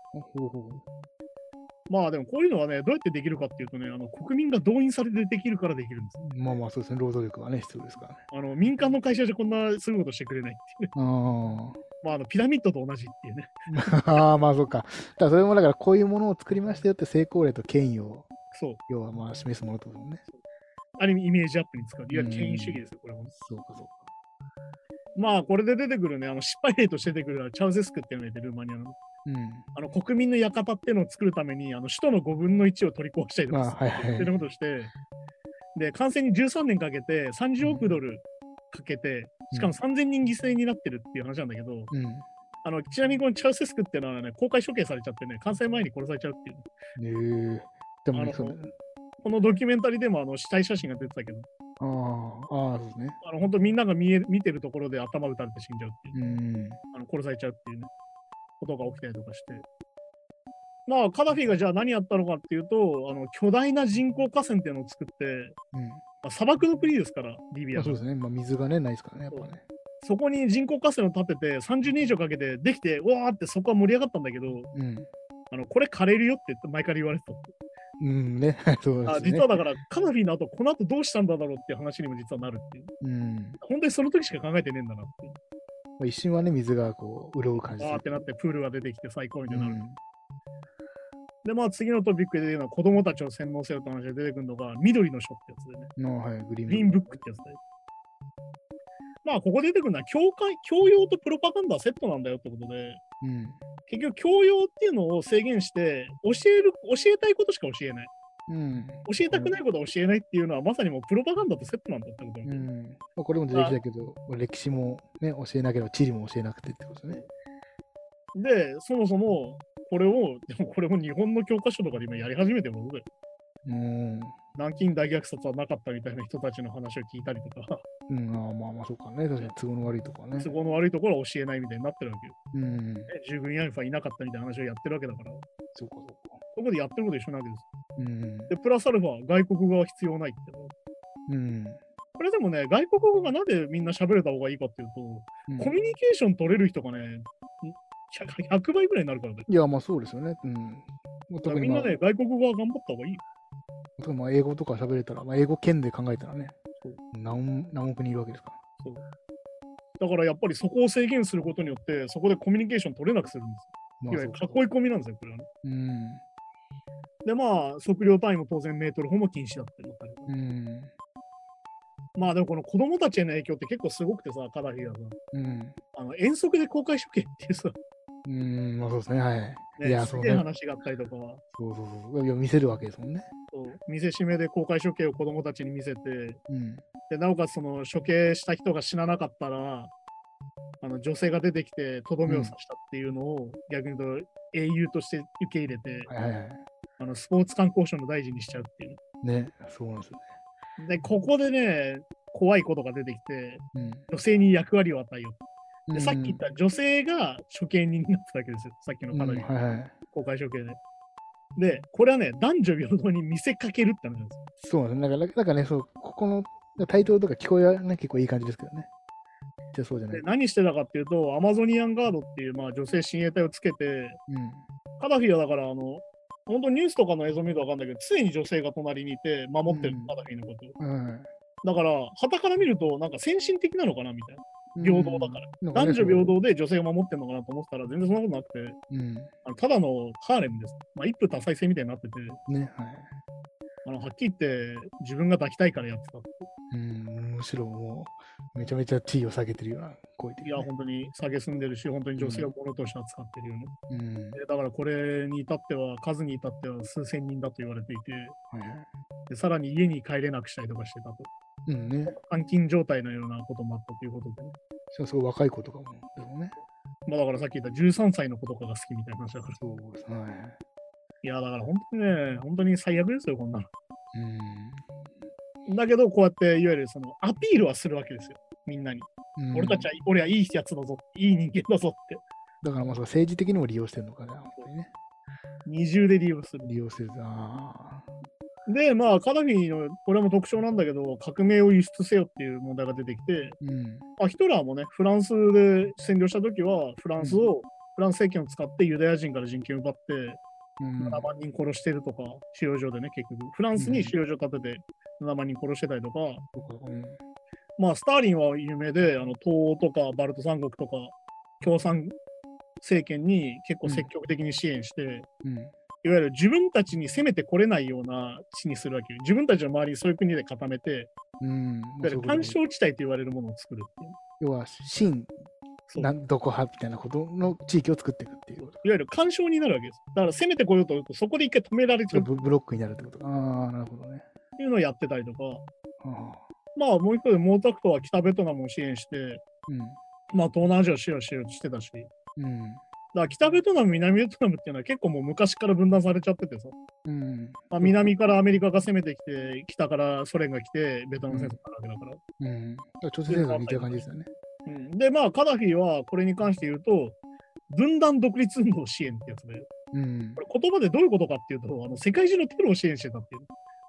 まあでもこういうのはね、どうやってできるかっていうとね、あの国民が動員されてできるからできるんです。 まあまあそうですね、労働力はね、必要ですからね。 あの民間の会社じゃこんなすぐことしてくれないっていう、ね。あまああのピラミッドと同じっていうね。 ああ、まあそうか。だからそれもだからこういうものを作りましたよって成功例と権威を、そう。要はまあ示すものってことね。 ある意味イメージアップに使う。いわゆる権威主義ですよ、これも。そうかそうか。まあこれで出てくるね、あの失敗例として出てくるチャウゼスクっていうのがいて、ルーマニアの。うん、あの国民の館っていうのを作るためにあの首都のごぶんのいちを取り壊したりとかするっていうことをして、で完成にじゅうさんねんかけてさんじゅうおくドルかけて、しかもさんぜんにん犠牲になってるっていう話なんだけど、うん、あのちなみにこのチャウセスクっていうのはね、公開処刑されちゃってね、完成前に殺されちゃうっていう、ね。えー、でも、ね、あのこのドキュメンタリーでもあの死体写真が出てたけど、 ああ、そうですね。 あの本当みんなが見え見てるところで頭打たれて死んじゃうっていう、うん、あの殺されちゃうっていうね。ことが起きたりとかして、まあカダフィがじゃあ何やったのかっていうと、あの巨大な人工河川っていうのを作って、うんまあ、砂漠の国ですからリビアが、 まあ、そうですね、まあ、水がねないですからねやっぱね。 そ, そこに人工河川を建ててさんじゅうねん以上かけてできてわーってそこは盛り上がったんだけど、うん、あのこれ枯れるよって前から言われてた。 うんね、そうですね。 あ実はだからカダフィの後この後どうしたんだろうっていう話にも実はなるっていう、うん、本当にその時しか考えてねえんだなっていう。 一瞬はね、水がこう、潤う感じで。 あーってなって、プールが出てきて最高みたいになる。うん、で、まあ次のトピックで言うのは、子供たちを洗脳せよって話で出てくるのが、緑の書ってやつでね。 のはい、グリーンブック。グリーンブックってやつで。 まあ、ここで出てくるのは教会、教養とプロパガンダはセットなんだよってことで、うん、結局、教養っていうのを制限して、教える、教えたいことしか教えない。うん、教えたくないことを教えないっていうのは、まさにもうプロパガンダとセットなんだってことだ、うん、 まあ、これも出てきたけど、歴史も、ね、教えなければ地理も教えなくてってことね。 で、そもそも、これを、でもこれも日本の教科書とかで今やり始めてるもので、うん、南京大虐殺はなかったみたいな人たちの話を聞いたりとか。 うん、あまあまあそうかね。確かに都合の悪いところね。 都合の悪いところは教えないみたいになってるわけよ。うん、従軍アルファいなかったみたいな話をやってるわけだから。 そうかそうか。 そこでやってること一緒なわけです。うん、で、プラスアルファ、外国語は必要ないって。うん、これでもね、外国語がなんでみんな喋れた方がいいかっていうと、うん、コミュニケーション取れる人がね、ひゃくばいぐらいになるからね。 いや、まあそうですよね。うん、 特に、まあ、みんなね、外国語は頑張った方がいいよ。 特にまあ英語とか喋れたら、まあ、英語圏で考えたらね、何, 何億人いるわけですから。そうだからやっぱりそこを制限することによって、そこでコミュニケーション取れなくするんです。まあ、いわゆる囲い込みなんですよ、これはね。うん、で、まあ、測量単位も当然メートル法も禁止だっていうのがある。うん、まあでもこの子供たちへの影響って結構すごくてさ、カダフィがさ、うん、あの遠足で公開処刑っていうさ、 うん、まあそうですね、はい。 ね、いや、すげえ話があったりとかは。 そうそうそう。いや、見せるわけですもんね。 そう見せしめで公開処刑を子供たちに見せて、うん、でなおかつその処刑した人が死ななかったら、あの女性が出てきてとどめを刺したっていうのを、うん、逆に言うと英雄として受け入れて、はいはいはい、あのスポーツ観光省の大臣にしちゃうっていう。 ね、そうなんですよね。で、ここでね、怖いことが出てきて、うん、女性に役割を与えよう。で、うん、さっき言った女性が処刑人になったわけですよ。さっきのかなり、うんはいはい、公開処刑で。で、これはね、男女平等に見せかけるって話なんですよ。 そうなんです。なんか、なんかね、そう、ここのタイトルとか聞こえはね、結構いい感じですけどね。じゃそうじゃない。 で何してたかっていうと、アマゾニアンガードっていう、まあ、女性親衛隊をつけて、うん、カダフィはだから、あの、本当ニュースとかの映像見ると分かんないけど、常に女性が隣にいて守ってる、うん、カダフィのことを。うん、だから、旗から見ると、なんか先進的なのかなみたいな。平等だから、うん、男女平等で女性が守ってるのかなと思ってたら全然そんなことなくて、うん、あのただのハーレムです。まあ、一夫多妻制みたいになってて、ねはい、あのはっきり言って自分が抱きたいからやってたって。 うん、むしろもうめちゃめちゃ地位を下げてるような声で、 ね、いや、本当に下げすんでるし、本当に女性を物として扱ってるよね、うん、で。だからこれに至っては、数に至っては数千人だと言われていて、はい、でさらに家に帰れなくしたりとかしてたと。うんね、監禁状態のようなこともあったということでね。 すごい若い子とかもでもね。 まあだからさっき言ったじゅうさんさいの子とかが好きみたいな話だから。そうですね。いやだから本当にね、本当に最悪ですよ、こんなの。うん。だけど、こうやっていわゆるそのアピールはするわけですよ、みんなに。俺たちは、俺はいいやつだぞ、いい人間だぞって。 だからまあ政治的にも利用してるのかな、本当にね。 二重で利用する。 利用してる。あで、まあ、カダフィの、これも特徴なんだけど、革命を輸出せよっていう問題が出てきて、うんまあ、ヒトラーもね、フランスで占領したときは、フランスを、うん、フランス政権を使ってユダヤ人から人権を奪って、うん、ななまんにん殺してるとか、収容所でね、結局、フランスに収容所建ててななまんにん殺してたりとか、うん、まあ、スターリンは有名で、あの東欧とかバルト三国とか、共産政権に結構積極的に支援して、うんうんいわゆる自分たちに攻めてこれないような地にするわけよ。自分たちの周りにそういう国で固めて、うん、いわゆる干渉地帯と言われるものを作るっていう。 要は、新なんどこ派みたいなことの地域を作っていくっていう。いわゆる干渉になるわけです。だから攻めてこようとすると、そこで一回止められちゃう。 ブ, ブロックになるってことか。ああ、なるほどね。 っていうのをやってたりとか。はあ、まあ、もう一個で毛沢東は北ベトナムを支援して、うん、まあ、東南アジアを支援しようとしてたし。うんだから北ベトナム、南ベトナムっていうのは結構もう昔から分断されちゃっててさ、うんまあ、南からアメリカが攻めてきて、北からソ連が来て、ベトナム戦争になるわけだから。うん。 朝鮮戦争みたいな感じですよね。 うん、で、まあ、カダフィはこれに関して言うと、分断独立運動支援ってやつで、うん、これ言葉でどういうことかっていうと、あの世界中のテロを支援してたっていう。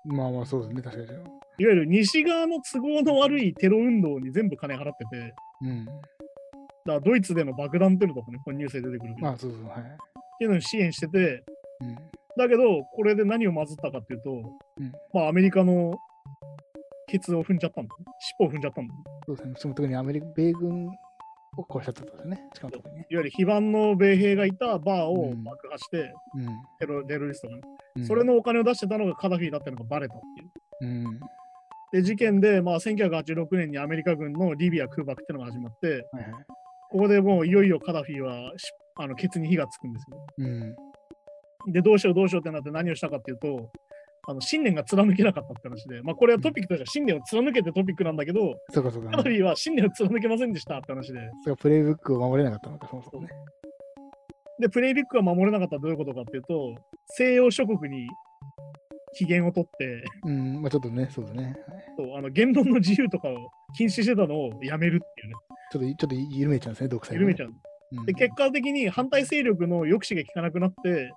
まあまあそうですね、確かに。いわゆる西側の都合の悪いテロ運動に全部金払ってて、うんだからドイツでの爆弾テロとかね、これニュースで出てくるけど、 ああそうそうはい、 っていうのを支援してて、うん、だけど、これで何をまずったかっていうと、うん、まあアメリカのケツを踏んじゃったんだ、尻尾を踏んじゃったんだ。 そうですね、その時にアメリカ、米軍を殺しちゃったんですね、しかも特にね。 いわゆる非番の米兵がいたバーを爆破して、うん、テロテロリストがね、うん、それのお金を出してたのがカダフィだったのがバレたっていう。うんで、事件で、まあ、せんきゅうひゃくはちじゅうろくねんにアメリカ軍のリビア空爆っていうのが始まって、はいはい、ここでもういよいよカダフィはあのケツに火がつくんですよ。うん、で、どうしようどうしようってなって何をしたかっていうと、あの信念が貫けなかったって話で、まあ、これはトピックとしては信念を貫けてトピックなんだけど、 そうかそうか、 カダフィは信念を貫けませんでしたって話で。 そうか、プレイブックを守れなかったのか、そもそもね。 で、プレイブックが守れなかったらどういうことかっていうと、西洋諸国に機嫌を取って、 うん、まあちょっとね、そうだね。はい、 そうあの言論の自由とかを禁止してたのをやめるっていうね。 ちょっと、ちょっと緩めちゃうんですね、独裁、ね。 緩めちゃう。うん、で、結果的に反対勢力の抑止が効かなくなって、うん、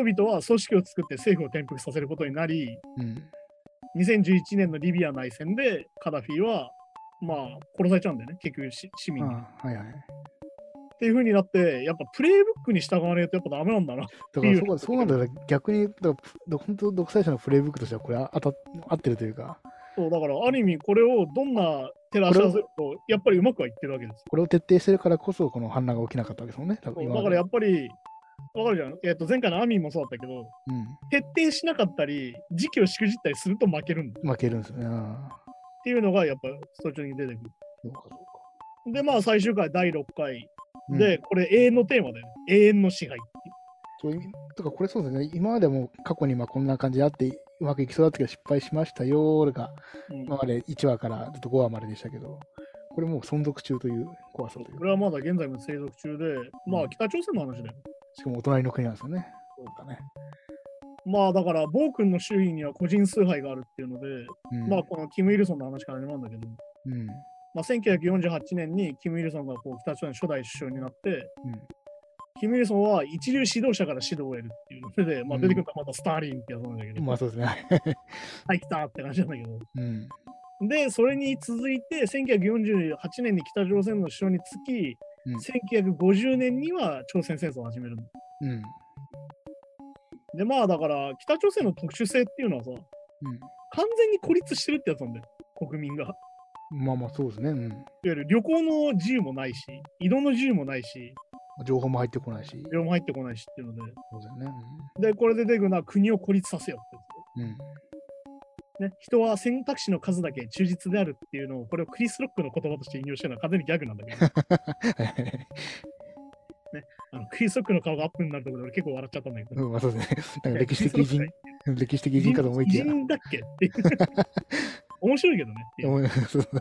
人々は組織を作って政府を転覆させることになり、うん、にせんじゅういちねんのリビア内戦でカダフィは、まあ、殺されちゃうんだよね、結局市民に。ああ、はいはい。っていう風になって、やっぱプレイブックに従わないとやっぱダメなんだなっていう。 だからそうなんだよ、逆に、だから本当、独裁者のプレイブックとしてはこれは当た合ってるというか。 そう、だからある意味これをどんな照らし合わせると、やっぱりうまくはいってるわけです。 これを徹底してるからこそ、この反乱が起きなかったわけですもんね、多分今だからやっぱり、わかるじゃん。えっと、前回のアミンもそうだったけど、うん、徹底しなかったり、時期をしくじったりすると負けるんだ。 負けるんですね。 っていうのがやっぱ途中に出てくる。そうかそうか。で、まあ最終回だいろっかいで、うん、これ永遠のテーマだよね。永遠の支配っていう。 そうとかこれそうですね。今までも過去にまあこんな感じであってうまくいきそうだったけど失敗しましたよが、うん、今までいちわからずっとごわまででしたけど、これもう存続中という怖さという。 これはまだ現在も継続中で、まあ北朝鮮の話だよ。 しかもお隣の国なんですよね。そうかね。 まあだから、暴君の周囲には個人崇拝があるっていうので、うん、まあこのキム・イルソンの話から始まるんだけど、うんまあ、せんきゅうひゃくよんじゅうはちねんにキム・イルソンがこう北朝鮮の初代首相になって、うん、キム・イルソンは一流指導者から指導を得るっていうので、まあ、出てくるのはまたスターリンってやつなんだけど、 うん、まあそうですね。 はい、来たって感じなんだけど、うん、で、それに続いてせんきゅうひゃくよんじゅうはちねんに北朝鮮の首相につき、うん、せんきゅうひゃくごじゅうねんには朝鮮戦争を始めるの。うんで、まあだから、北朝鮮の特殊性っていうのはさ、うん、完全に孤立してるってやつなんだよ、国民が。 まあまあそうですね。うん、いわゆる旅行の自由もないし、移動の自由もないし、 情報も入ってこないし。 情報も入ってこないしっていうので。 そうですね。 うん、で、これで出てくるのは国を孤立させようってやつ。うんね、人は選択肢の数だけ忠実であるっていうのを、これをクリス・ロックの言葉として引用してるのは完全にギャグなんだけど。ね、あのクリス・ロックの顔がアップになるところで俺結構笑っちゃったんだけど。 うん、まあそうですね。なんか歴史的偉人、歴史的偉人かと思いきや。 偉人だっけっていう。面白いけどねっていう。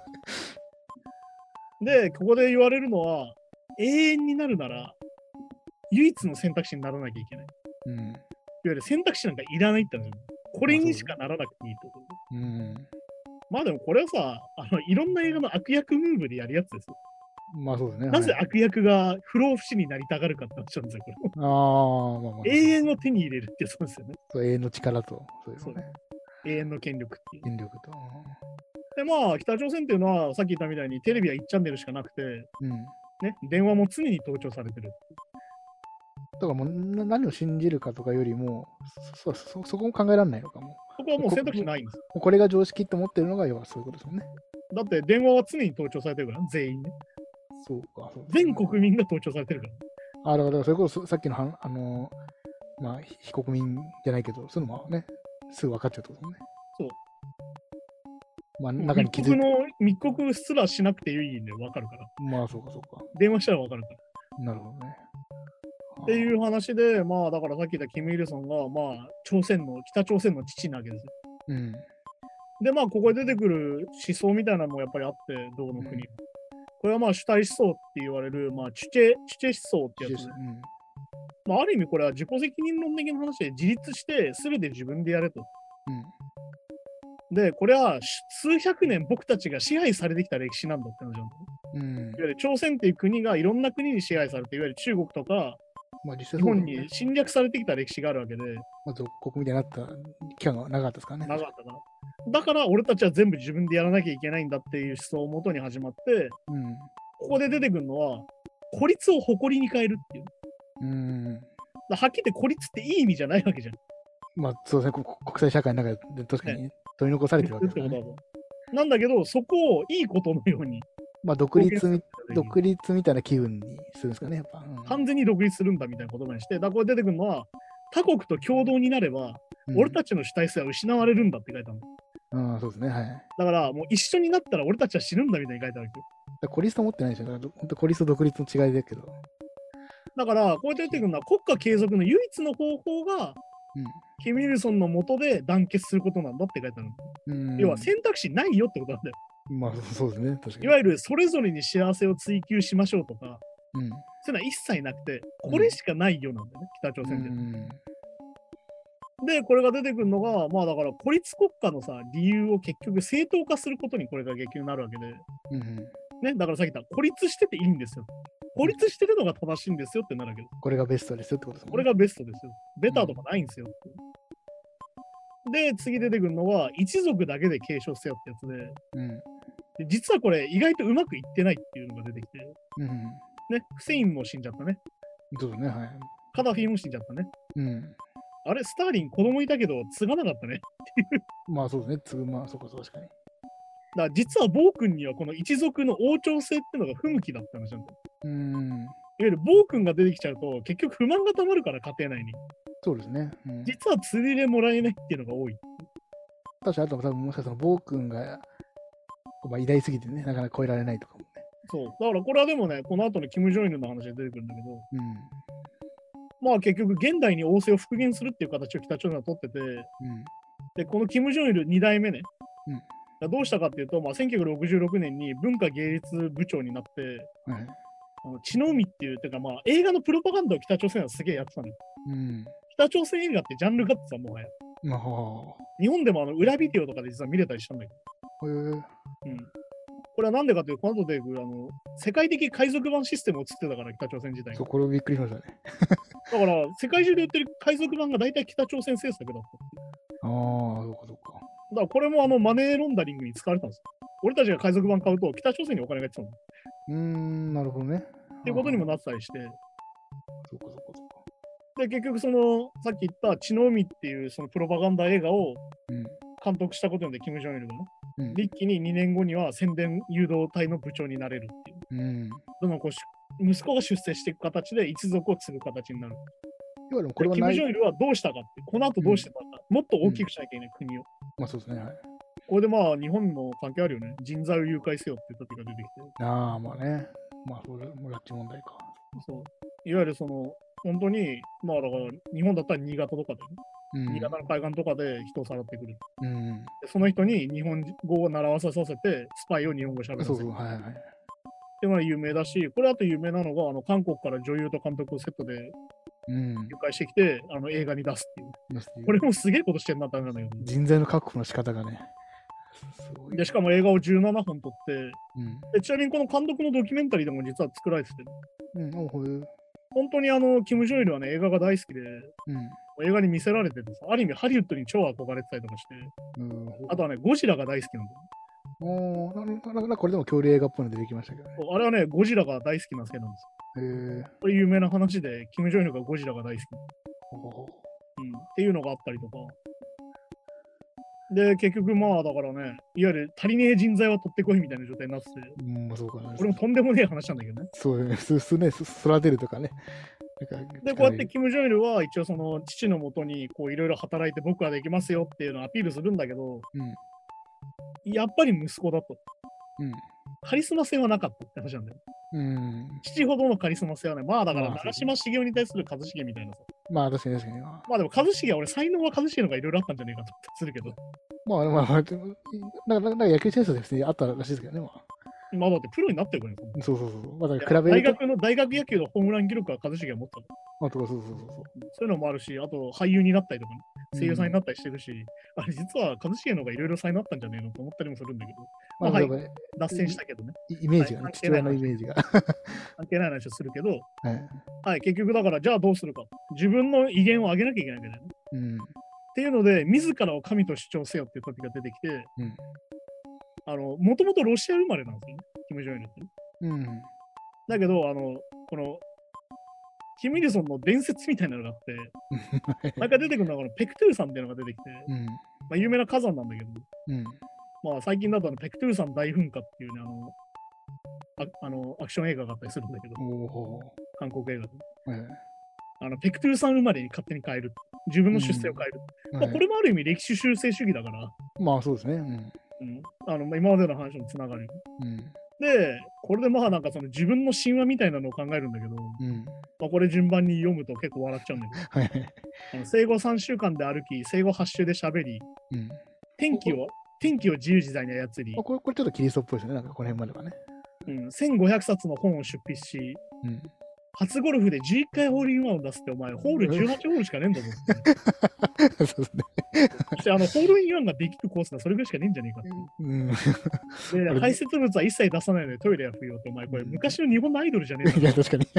で、ここで言われるのは、永遠になるなら、唯一の選択肢にならなきゃいけない。うん、いわゆる選択肢なんかいらないって話。これにしかならなくていいってこと、ね。うん、まあでもこれはさ、あのいろんな映画の悪役ムーブでやるやつですよ。 まあそうですね。 なぜ悪役が不老不死になりたがるかって話なんですよ、これ。あまあまあ、永遠を手に入れるってそうですよね。 そう永遠の力と、そうですね。 永遠の権力っていう。 権力と。 で、まあ、北朝鮮っていうのは、さっき言ったみたいにテレビはいちチャンネルしかなくて、うんね、電話も常に盗聴されてる。 だからもう何を信じるかとかよりも、そ, そ, そこも考えられないのかも。 そこはもう選択肢ないんです。 こ, これが常識って思ってるのが、要はそういうことですよね。 だって電話は常に盗聴されてるから、全員ね。 そうか。そう全国民が盗聴されてるから。 あ、だからそれこそさっきの、あのー、まあ、非国民じゃないけど、そういうのもね、すぐ分かっちゃうってことね。 そう。 まあ、中に気づいて。密告の密告すらしなくていいんで分かるから。 まあ、そうかそうか。 電話したら分かるから。 なるほどね。 っていう話で、まあ、だからさっき言ったキム・イルソンが、まあ、朝鮮の、北朝鮮の父なわけですよ。うん。で、まあ、ここで出てくる思想みたいなのもやっぱりあって、どの国も。うん、これはまあ主体思想って言われる、まあ、チュチェ、チュチェ思想ってやつ、ね。うん、まあ、ある意味これは自己責任論的な話で自立して全て自分でやれと。うん、で、これは数百年僕たちが支配されてきた歴史なんだって話なんだ、ね。うん、いわゆる朝鮮っていう国がいろんな国に支配されて、いわゆる中国とか、まあ、日本に侵略されてきた歴史があるわけで。 まあ、属国みたいになった期間が長かったですかね。 長かったな。だから俺たちは全部自分でやらなきゃいけないんだっていう思想をもとに始まって、うん、ここで出てくるのは孤立を誇りに変えるっていう。うん、だはっきり言って孤立っていい意味じゃないわけじゃん。 まあそうですね、国際社会の中で確かに取り残されてるわけですからね。 なんだけど、そこをいいことのように。 まあ独立み、独立みたいな気分にするんですかね、やっぱ。 うん、完全に独立するんだみたいな言葉にして、だからこれ出てくるのは、他国と共同になれば、うん、俺たちの主体性は失われるんだって書いてあるの。 ああ、そうですね。はい。 だから、もう一緒になったら俺たちは死ぬんだみたいに書いてあるわけよ。孤立と思ってないでしょ。だから本当孤立と独立の違いだけど。 だから、こうやって出てくるのは国家継続の唯一の方法が、うん、キム・イルソンの下で団結することなんだって書いてある。うん、要は選択肢ないよってことなんだよ。 まあ、そうですね。確かに。 いわゆるそれぞれに幸せを追求しましょうとか、うん、そういうのは一切なくて、これしかないよなんだよね、うん、北朝鮮で。うんで、これが出てくるのが、まあだから孤立国家のさ、理由を結局正当化することにこれが結局なるわけで、うんうん、ね、だからさっき言った孤立してていいんですよ。孤立してるのが正しいんですよってなるわけです。 これがベストですよってことですもんね。 これがベストですよ。ベターとかないんですよ。うん、で、次出てくるのは、一族だけで継承せよってやつで、うん、で実はこれ意外とうまくいってないっていうのが出てきて、うん、ね、フセインも死んじゃったね。 そうですね、はい。 カダフィも死んじゃったね。うんあれ、スターリン子供いたけど継がなかったねっていう。 まあそうですね、継ぐ、まあそこそ確かに。だから実は暴君にはこの一族の王朝性っていうのが不向きだった話なんだよ。うん。いわゆる暴君が出てきちゃうと結局不満がたまるから家庭内に。 そうですね。 うん、実は釣り入れもらえないっていうのが多い。 確かにあと多分もしかしたら暴君が、まあ、偉大すぎてね、なかなか超えられないとかもね。 そう。だからこれはでもね、この後のキム・ジョンイルの話で出てくるんだけど、うんまあ結局現代に王政を復元するっていう形を北朝鮮は取ってて、うん、でこのキム・ジョンイルに代目ね、うん、どうしたかっていうと、まあ、せんきゅうひゃくろくじゅうろくねんに文化芸術部長になって、うん、あの血の海っていう、てかまあ映画のプロパガンダを北朝鮮はすげえやってたのよ、うん。北朝鮮映画ってジャンルがあってさ、もはや。日本でもあの裏ビデオとかで実は見れたりしたんだけど。へうんこれはなんでかというと、この後であの世界的海賊版システムを作ってたから、北朝鮮自体が。 そう、これびっくりしましたね。 だから、世界中で売ってる海賊版が大体北朝鮮制作だった。 ああ、そうかそうか。 だからこれもあのマネーロンダリングに使われたんですよ。俺たちが海賊版買うと、北朝鮮にお金がいってたの。 うーん、なるほどね。 っていうことにもなってたりして。 そうかそうかそうか。 で、結局その、さっき言った血の海っていうそのプロパガンダ映画を監督したことによって、キム・ジョンイルがね、うん、一気ににねんごには宣伝誘導隊の部長になれるっていう。うん、どんどんこう息子が出世していく形で一族を継ぐ形になる。 要はこれはキム・ジョンイルはどうしたかって、この後どうしてたか、うん、もっと大きくしなきゃいけない、うん、国を。 まあそうですね。はい。 これでまあ日本の関係あるよね。人材を誘拐せよっていう時が出てきて。 ああ、まあね。まあそれも拉致問題か。 そう。いわゆるその、本当に、まあだから日本だったら新潟とかで、ね、うん、新潟の海岸とかで人をさらってくる。うん、でその人に日本語を習わせさせて、スパイを日本語しゃべらせる。そうそう、はいはい。っていうのが有名だし、これあと有名なのが、あの韓国から女優と監督をセットで誘拐してきて、うん、あの映画に出すっていう。これもすげえことしてんなってなんだけど。 人材の確保の仕方がね。 でしかも映画をじゅうななほん撮って、うん、でちなみにこの監督のドキュメンタリーでも実は作られてて、うん、本当にあのキム・ジョンイルはね映画が大好きで、うん、映画に見せられててさ、ある意味ハリウッドに超憧れてたりとかして、うん、あとはねゴジラが大好きなんだよ。 おー、ななこれでも恐竜映画っぽいの出てきましたけどね。 あれはねゴジラが大好きなせいなんですよ。へー。これ有名な話で、キム・ジョンイルがゴジラが大好き、うん、っていうのがあったりとか。で、結局まあだからね、いわゆる足りねえ人材は取ってこいみたいな状態になってて、うん、そうかね。これもとんでもねえ話なんだけどね。 そうね、すすね、育てるとかね。 で、こうやってキム・ジョンイルは一応その父のもとにこういろいろ働いて僕はできますよっていうのをアピールするんだけど、うん、やっぱり息子だと。うん、カリスマ性はなかったって話なんだよ。うん、父ほどのカリスマ性はね、まあだから長嶋茂雄に対する一茂みたいなさ。 まあ確かに確かに。 まあでも一茂は俺才能は一茂の方がいろいろあったんじゃねえかとするけど。 まあまあ、なんか野球選手で普通にあったらしいですけどね。まあまあだってプロになってるからね。 そうそうそう。まあ、だから比べると大学の大学野球のホームラン記録は一茂が持ったの。 あとかそうそうそうそう。 そういうのもあるし、あと俳優になったりとか、ね、声優さんになったりしてるし、うん、あれ実は一茂の方がいろいろ才能あったんじゃねえのと思ったりもするんだけど。まあ、まあはい、脱線したけどね。 イメージがね、父親のイメージが。 関係ない話をするけど、はい、はい、結局だからじゃあどうするか。自分の威厳を上げなきゃいけないわけだよね。うんっていうので、自らを神と主張せよっていうトピが出てきて、うん、あの、もともとロシア生まれなんですよね、キム・ジョンイルって、ね。うん、だけど、あの、この、キム・イルソンの伝説みたいなのがあって、なんか出てくるのはこのペクトゥー山っていうのが出てきて、うんまあ、有名な火山なんだけど、うんまあ、最近だとあのペクトゥー山大噴火っていうね、あの、ああのアクション映画があったりするんだけど、韓国映画で、はい。あのペクトゥー山生まれに勝手に変える。 自分の出世を変える。うん、まあ、これもある意味歴史修正主義だから。 まあそうですね。うん。 うん、あの今までの話もつながる。うん、で、これでまあなんかその自分の神話みたいなのを考えるんだけど、うん、まあ、これ順番に読むと結構笑っちゃうんだけど、はい、あの生後さんしゅうかんで歩き、生後はっ週で喋り、うん、天気を天気を自由自在に操り、 これ、これちょっとキリストっぽいですね、なんかこの辺まではね。 うん、せんごひゃくさつの本を出筆し、うん、初ゴルフでじゅういっかいホールインワンを出すって、お前、ホールじゅうはちホールしかねえんだぞって、ね。そうですね。そして、あの、ホールインワンができるコースがそれぐらいしかねえんじゃねえかって。うん、で、排泄物は一切出さないのでトイレは不要って、お前、これ、昔の日本のアイドルじゃねえか。いや、確かに。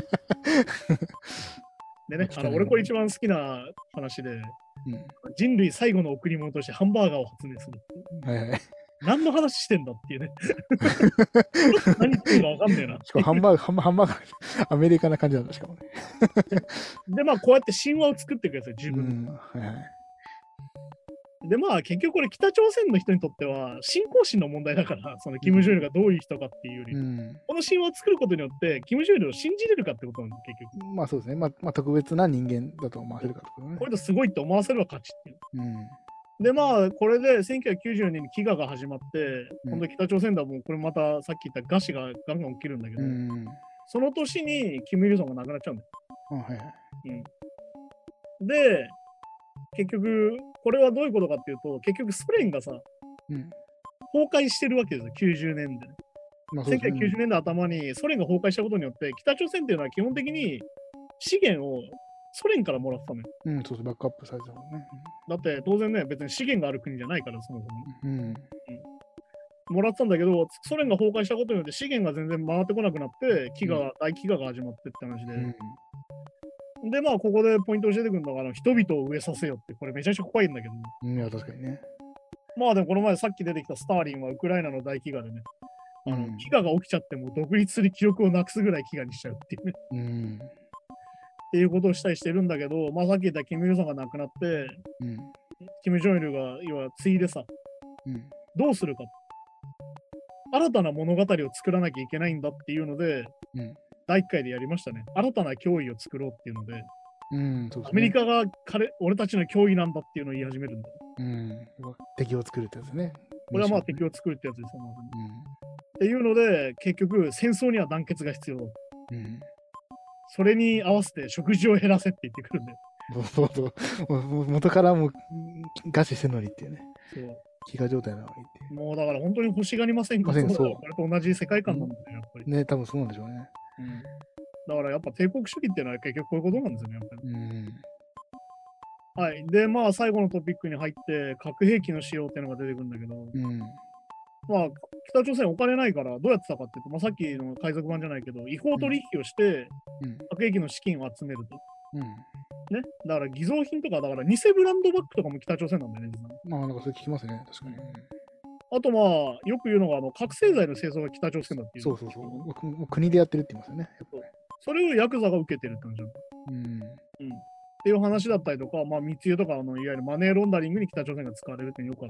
でね、あの俺これ一番好きな話で、うん、人類最後の贈り物としてハンバーガーを発明する。はいはい、何の話してんだっていうね。何言ってるか分かんねえな。 しかもハンバーガー、ハンバーガー、アメリカな感じなんだ、しかもね。 で、まあ、こうやって神話を作っていくやつよ、自分、うん、はいはい。で、まあ、結局これ北朝鮮の人にとっては信仰心の問題だから、そのキム・ジョイルがどういう人かっていうより、うん、この神話を作ることによってキム・ジョイルを信じれるかってことなんだ、結局。 まあそうですね。まあ、まあ、特別な人間だと思わせるかってことね。 これとすごいって思わせれば勝ちっていう。うん、で、まあ、これでせんきゅうひゃくきゅうじゅうよねんに飢餓が始まって、うん、今度北朝鮮ではもうこれまたさっき言った餓死がガンガン起きるんだけど、うん、その年にキム・イルソンが亡くなっちゃうんだよ。はいはい、うん、で、結局、これはどういうことかっていうと、結局ソ連がさ、うん、崩壊してるわけですよ、きゅうじゅうねんで。まあね、せんきゅうひゃくきゅうじゅうねんだい頭にソ連が崩壊したことによって、北朝鮮っていうのは基本的に資源をソ連からもらったのよ。 うん、そうそう、バックアップされたもんね。 だって当然ね、別に資源がある国じゃないから、そもそも。うんうん、もらったんだけど、ソ連が崩壊したことによって資源が全然回ってこなくなって、飢餓、うん、大飢餓が始まってって話で。うん、で、まあ、ここでポイント教えてくるのが、人々を飢えさせよって、これめちゃくちゃ怖いんだけど。 うん、いや、確かにね。 まあ、でもこの前さっき出てきたスターリンはウクライナの大飢餓でね、あの、うん、飢餓が起きちゃっても独立する記憶をなくすぐらい飢餓にしちゃうっていうね。うん、っていうことをしたりしてるんだけど、まあ、さっき言ったキム・イルソンが亡くなって、うん、キム・ジョンイルが要は継いでさ、うん、どうするか。新たな物語を作らなきゃいけないんだっていうので、うん、だいいっかいでやりましたね。新たな脅威を作ろうっていうので、うんそうですね、アメリカが彼俺たちの脅威なんだっていうのを言い始めるんだ。 うん、敵を作るってやつね。 これはまあ敵を作るってやつですよ、まさに。うん、っていうので、結局、戦争には団結が必要だ。うん、それに合わせて食事を減らせって言ってくるんだよ。 そうそうそう。元からもう餓死してるのにっていうね。そう。飢餓状態なのにっていう。 もうだから本当に欲しがりませんか？そう。これと同じ世界観なんだよ、やっぱり。 ね、多分そうなんでしょうね。 うん。だからやっぱ帝国主義っていうのは結局こういうことなんですよね、やっぱり。うん。はい。で、まあ最後のトピックに入って核兵器の使用っていうのが出てくるんだけど、うん、まあ北朝鮮お金ないからどうやってたかっていうと、まあ、さっきの海賊版じゃないけど、違法取引をして、核兵器の資金を集めると。うん、ね。だから偽造品とか、だから偽ブランドバッグとかも北朝鮮なんだよね、実は。 まあなんかそれ聞きますね、確かに。 あとまあ、よく言うのが、あの覚醒剤の製造が北朝鮮だっていう。 そうそうそう。国でやってるって言いますよね。やっぱりそれをヤクザが受けてるって感じなんだ。うん。うん。っていう話だったりとか、まあ密輸とか、あのいわゆるマネーロンダリングに北朝鮮が使われるってよくあって。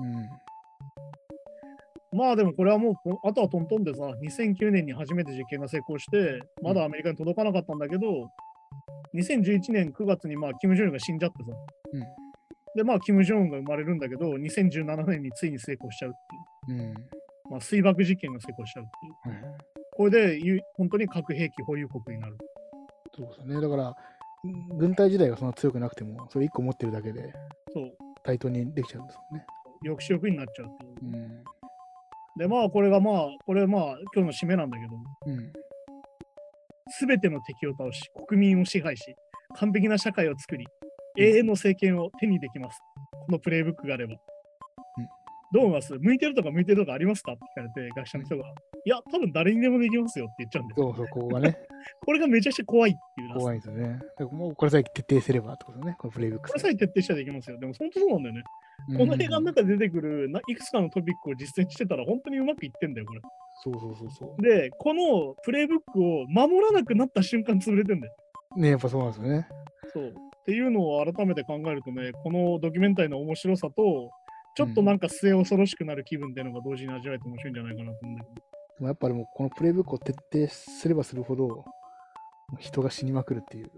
うん。まあでもこれはもう、あとはトントンでさ、にせんきゅうねんに初めて実験が成功して、まだアメリカに届かなかったんだけど、にせんじゅういちねんくがつにまあ、キム・ジョンウンが死んじゃってさ。うん。で、まあ、キム・ジョンウンが生まれるんだけど、にせんじゅうななねんについに成功しちゃうっていう。うん。まあ、水爆実験が成功しちゃうっていう。うん、これで、本当に核兵器保有国になる。 そうですね。だから、軍隊自体がそんな強くなくても、それいっこ持ってるだけで、そう。対等にできちゃうんですよね。 抑止力になっちゃうっていう。うん。で、まあ、これがまあ、これまあ、今日の締めなんだけど、うん。すべての敵を倒し、国民を支配し、完璧な社会を作り、永遠の政権を手にできます。このプレイブックがあれば。うん、どう思います？向いてるとか向いてるとかありますかって聞かれて、学者の人が、いや、多分誰にでもできますよって言っちゃうんですよ。 そうそう、ここがね。 これがめちゃくちゃ怖いっていう。 怖いですよね。もうこれさえ徹底すればってことね、このプレイブック。 これさえ徹底したらできますよ。でも本当そうなんだよね。この映画の中で出てくるいくつかのトピックを実践してたら本当にうまくいってんだよ、これ。 そうそうそうそう。 で、このプレイブックを守らなくなった瞬間潰れてんだよ。 ね、やっぱそうなんですよね。 そう。っていうのを改めて考えるとね、このドキュメンタリーの面白さと、ちょっとなんか末恐ろしくなる気分っていうのが同時に味わえて面白いんじゃないかなと思うんだけど。 でもやっぱりもうこのプレイブックを徹底すればするほど、人が死にまくるっていう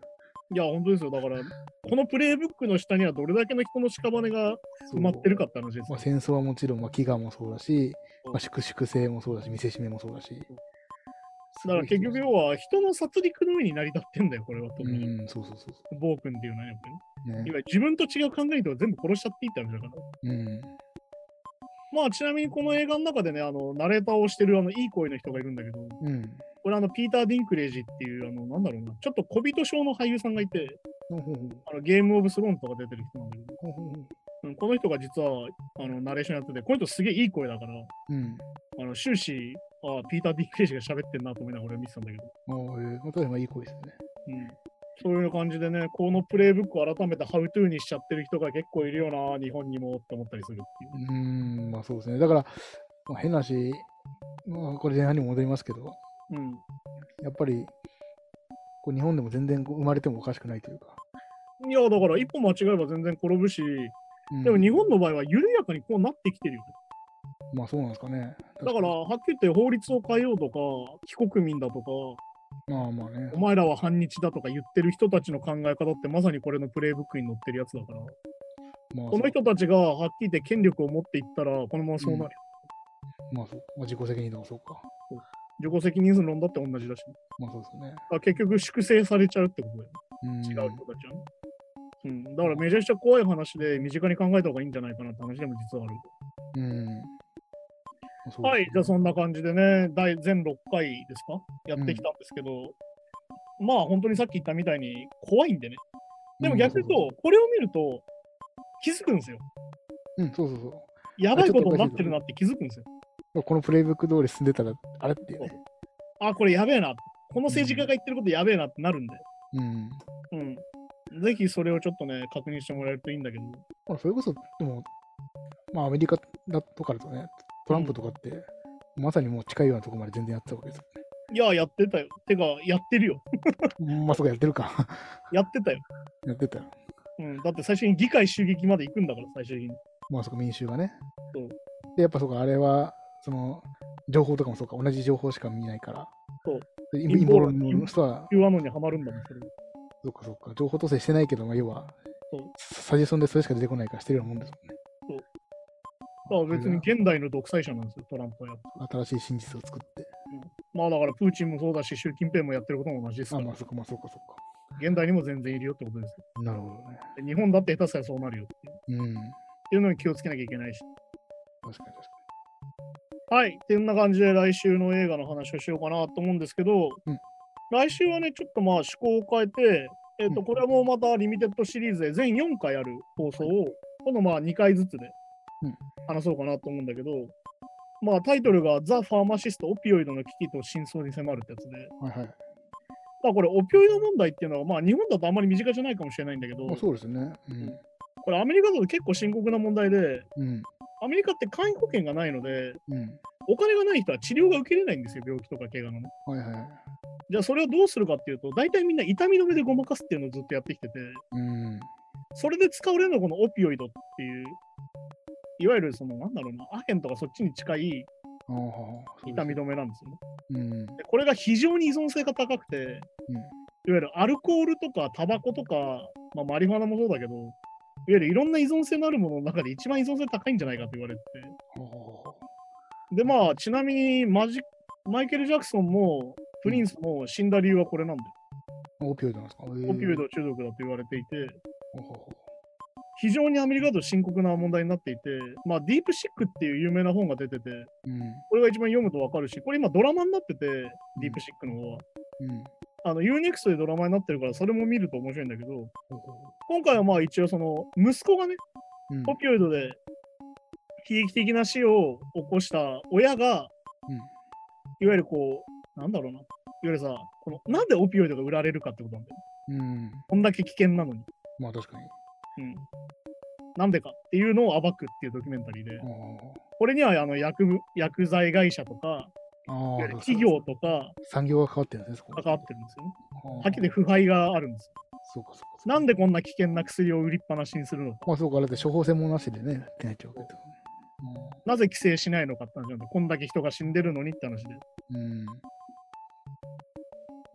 いや、本当ですよ。だから、このプレイブックの下にはどれだけの人の屍が埋まってるかって話です、 まあ、戦争はもちろん、まあ、飢餓もそうだし、まあ、粛々性もそうだし、見せしめもそうだし。 だから結局、要は人の殺戮の上に成り立ってんだよ、これは。 うん、そうそうそうそう。暴君っていうのはやっぱりね。ね、自分と違う考えと全部殺しちゃっていいって話だから。うん。まあ、ちなみにこの映画の中でね、あの、ナレーターをしてる、あの、いい声の人がいるんだけど、うん、これ、あの、ピーター・ディンクレージっていう、あの、なんだろうな、ちょっと小人症の俳優さんがいて、あのゲーム・オブ・スローンとか出てる人なんだけど、うん、この人が実は、あの、ナレーションやってて、この人すげえいい声だから、うん、あの、終始、あピーター・ディンクレージが喋ってんなと思いながら俺は見てたんだけど。 ああ、えー、また今いい声ですね。 うん。そういう感じでね、このプレイブックを改めてハウトゥーにしちゃってる人が結構いるよな、日本にもって思ったりするっていう。 うーん、まあそうですね。だから、まあ、変な話、まあ、これ前半に戻りますけど、うん、やっぱりこう日本でも全然生まれてもおかしくないというか。 いや、だから一歩間違えば全然転ぶし、うん、でも日本の場合は緩やかにこうなってきてるよね。 まあそうなんですかね。 だから、はっきり言って法律を変えようとか、非国民だとか、 まあまあね、 お前らは反日だとか言ってる人たちの考え方ってまさにこれのプレイブックに載ってるやつだから、まあ、この人たちがはっきり言って権力を持っていったら、このままそうなるよ。 うん、まあそう、まあ、自己責任とかそうか。 自己責任論だって同じだし、ね。 まあそうですね。 結局、粛清されちゃうってことだよね。違う人たちはね。うん、だからめちゃくちゃ怖い話で身近に考えた方がいいんじゃないかなって話でも実はある。うん。はい、じゃあそんな感じでね、第全ろっかいですかやってきたんですけど、うん、まあ本当にさっき言ったみたいに怖いんでね。でも逆に言うと、これを見ると気づくんですよ。 うん、そうそうそう。 やばいことになってるなって気づくんですよ。 このプレイブック通り進んでたら、あれっていう、ね。 あ、これやべえな。この政治家が言ってることやべえなってなるんで。うん。うん。ぜひそれをちょっとね、確認してもらえるといいんだけど。 まあ、それこそ、でも、まあアメリカだとかだとね、トランプとかって、うん、まさにもう近いようなところまで全然やってたわけですよね。 いや、やってたよ。てか、やってるよ。 まあ、そうか、やってるか。 やってたよ。 やってたよ。 うん、だって最初に議会襲撃まで行くんだから、最終的に。 まあ、そこ民衆がね。そう。で、やっぱそうか、あれは、その、情報とかもそうか、同じ情報しか見ないから。そう。陰謀論の人は。 いうのにはまるんだもん、それ。 そうか、そうか。情報統制してないけど、まあ、要は、サジェスションでそれしか出てこないからしてるようなもんですもんね。そう。 だから別に現代の独裁者なんですよ、トランプは。 新しい真実を作って。 うん、まあだからプーチンもそうだし、習近平もやってることも同じですから。 あ、まあそこ、まあそこそこ。 現代にも全然いるよってことですよ。 なるほどね。 日本だって下手したらそうなるよっていう。うん。っていうのに気をつけなきゃいけないし。 確かに確かに。はい。っていうな感じで来週の映画の話をしようかなと思うんですけど、うん、来週はね、ちょっとまあ趣向を変えて、えっと、これはもうまたリミテッドシリーズで全よんかいある放送を、今度まあにかいずつで話そうかなと思うんだけど、まあタイトルがザ・ファーマシスト・オピオイドの危機と真相に迫るってやつで、はいはい、まあこれオピオイド問題っていうのは、まあ日本だとあんまり身近じゃないかもしれないんだけど、まあ、 そうですね、うん。 これアメリカだと結構深刻な問題で、うん、アメリカって簡易保険がないので、うん、お金がない人は治療が受けれないんですよ、病気とか怪我のね。はいはい、じゃあそれをどうするかっていうと、大体みんな痛み止めでごまかすっていうのをずっとやってきてて、うん、それで使われるのがこのオピオイドっていう、いわゆるそのなんだろうな、アヘンとかそっちに近い痛み止めなんですよね。うん、でこれが非常に依存性が高くて、うん、いわゆるアルコールとかタバコとか、まあ、マリファナもそうだけど、いわゆるいろんな依存性のあるものの中で一番依存性高いんじゃないかと言われてて。で、まあ、ちなみにマジマイケル・ジャクソンもプリンスも死んだ理由はこれなんだよ。 オピオイドなんですか？ オピオイド中毒だと言われていて、非常にアメリカだと深刻な問題になっていて、まあ、ディープシックっていう有名な本が出てて、うん、これが一番読むと分かるし、これ今ドラマになってて、ディープシックの方は。うん、あの ユーネクスト でドラマになってるから、それも見ると面白いんだけど、うん、今回はまあ一応その息子がね、うん、オピオイドで悲劇的な死を起こした親が、うん、いわゆるこう、なんだろうな、いわゆるさ、このなんでオピオイドが売られるかってことなんだよ。うん、こんだけ危険なのに。 まあ確かに。 うん、なんでかっていうのを暴くっていうドキュメンタリーで、これにはあの 薬, 薬剤会社とか、企業とか、 産業が関わってるんですね、 関わってるんですよね。はっきり腐敗があるんですよ。そうかそうかそうか。なんでこんな危険な薬を売りっぱなしにするのか。 まあそうか、だって処方箋もなしでね、やってないってわけだ。 なぜ規制しないのかって話なんで、こんだけ人が死んでるのにって話で。うん、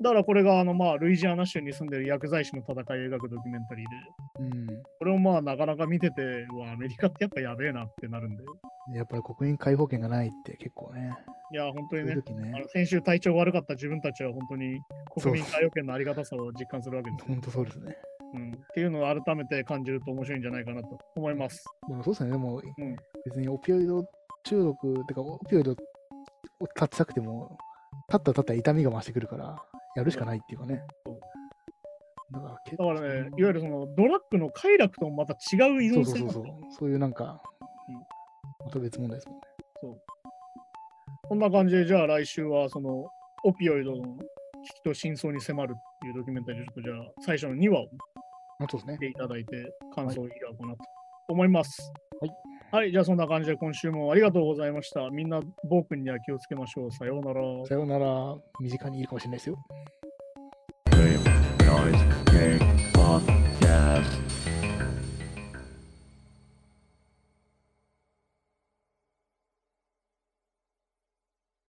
だからこれがあのまあルイジアナ州に住んでる薬剤師の戦いを描くドキュメンタリーで、うん、これをまあなかなか見てて、うわアメリカってやっぱやべえなってなるんで。 やっぱり国民皆保険がないって結構ね。 いや、本当にね、ううねあの先週体調悪かった自分たちは本当に国民皆保険のありがたさを実感するわけです。 本当そうですね。 うん、っていうのを改めて感じると面白いんじゃないかなと思います。 でもそうですね、でも、うん、別にオピオイド中毒、てかオピオイドを立ちたくても、立った立った痛みが増してくるから、やるしかないっていうかね。そうだから、だからね、いわゆるそのドラッグの快楽ともまた違う依存性、 そうそうそうそう、そういうなんか、うん、また別問題ですもんね。そう。 こんな感じで、じゃあ来週はそのオピオイドの危機と真相に迫るっていうドキュメンタリーで、ちょっとじゃあ最初のにわを見ていただいて、感想を言い合おうかなと思います。はい。はい、じゃあそんな感じで今週もありがとうございました。みんな、暴君には気をつけましょう。さようなら。 さようなら。身近にいるかもしれないですよ。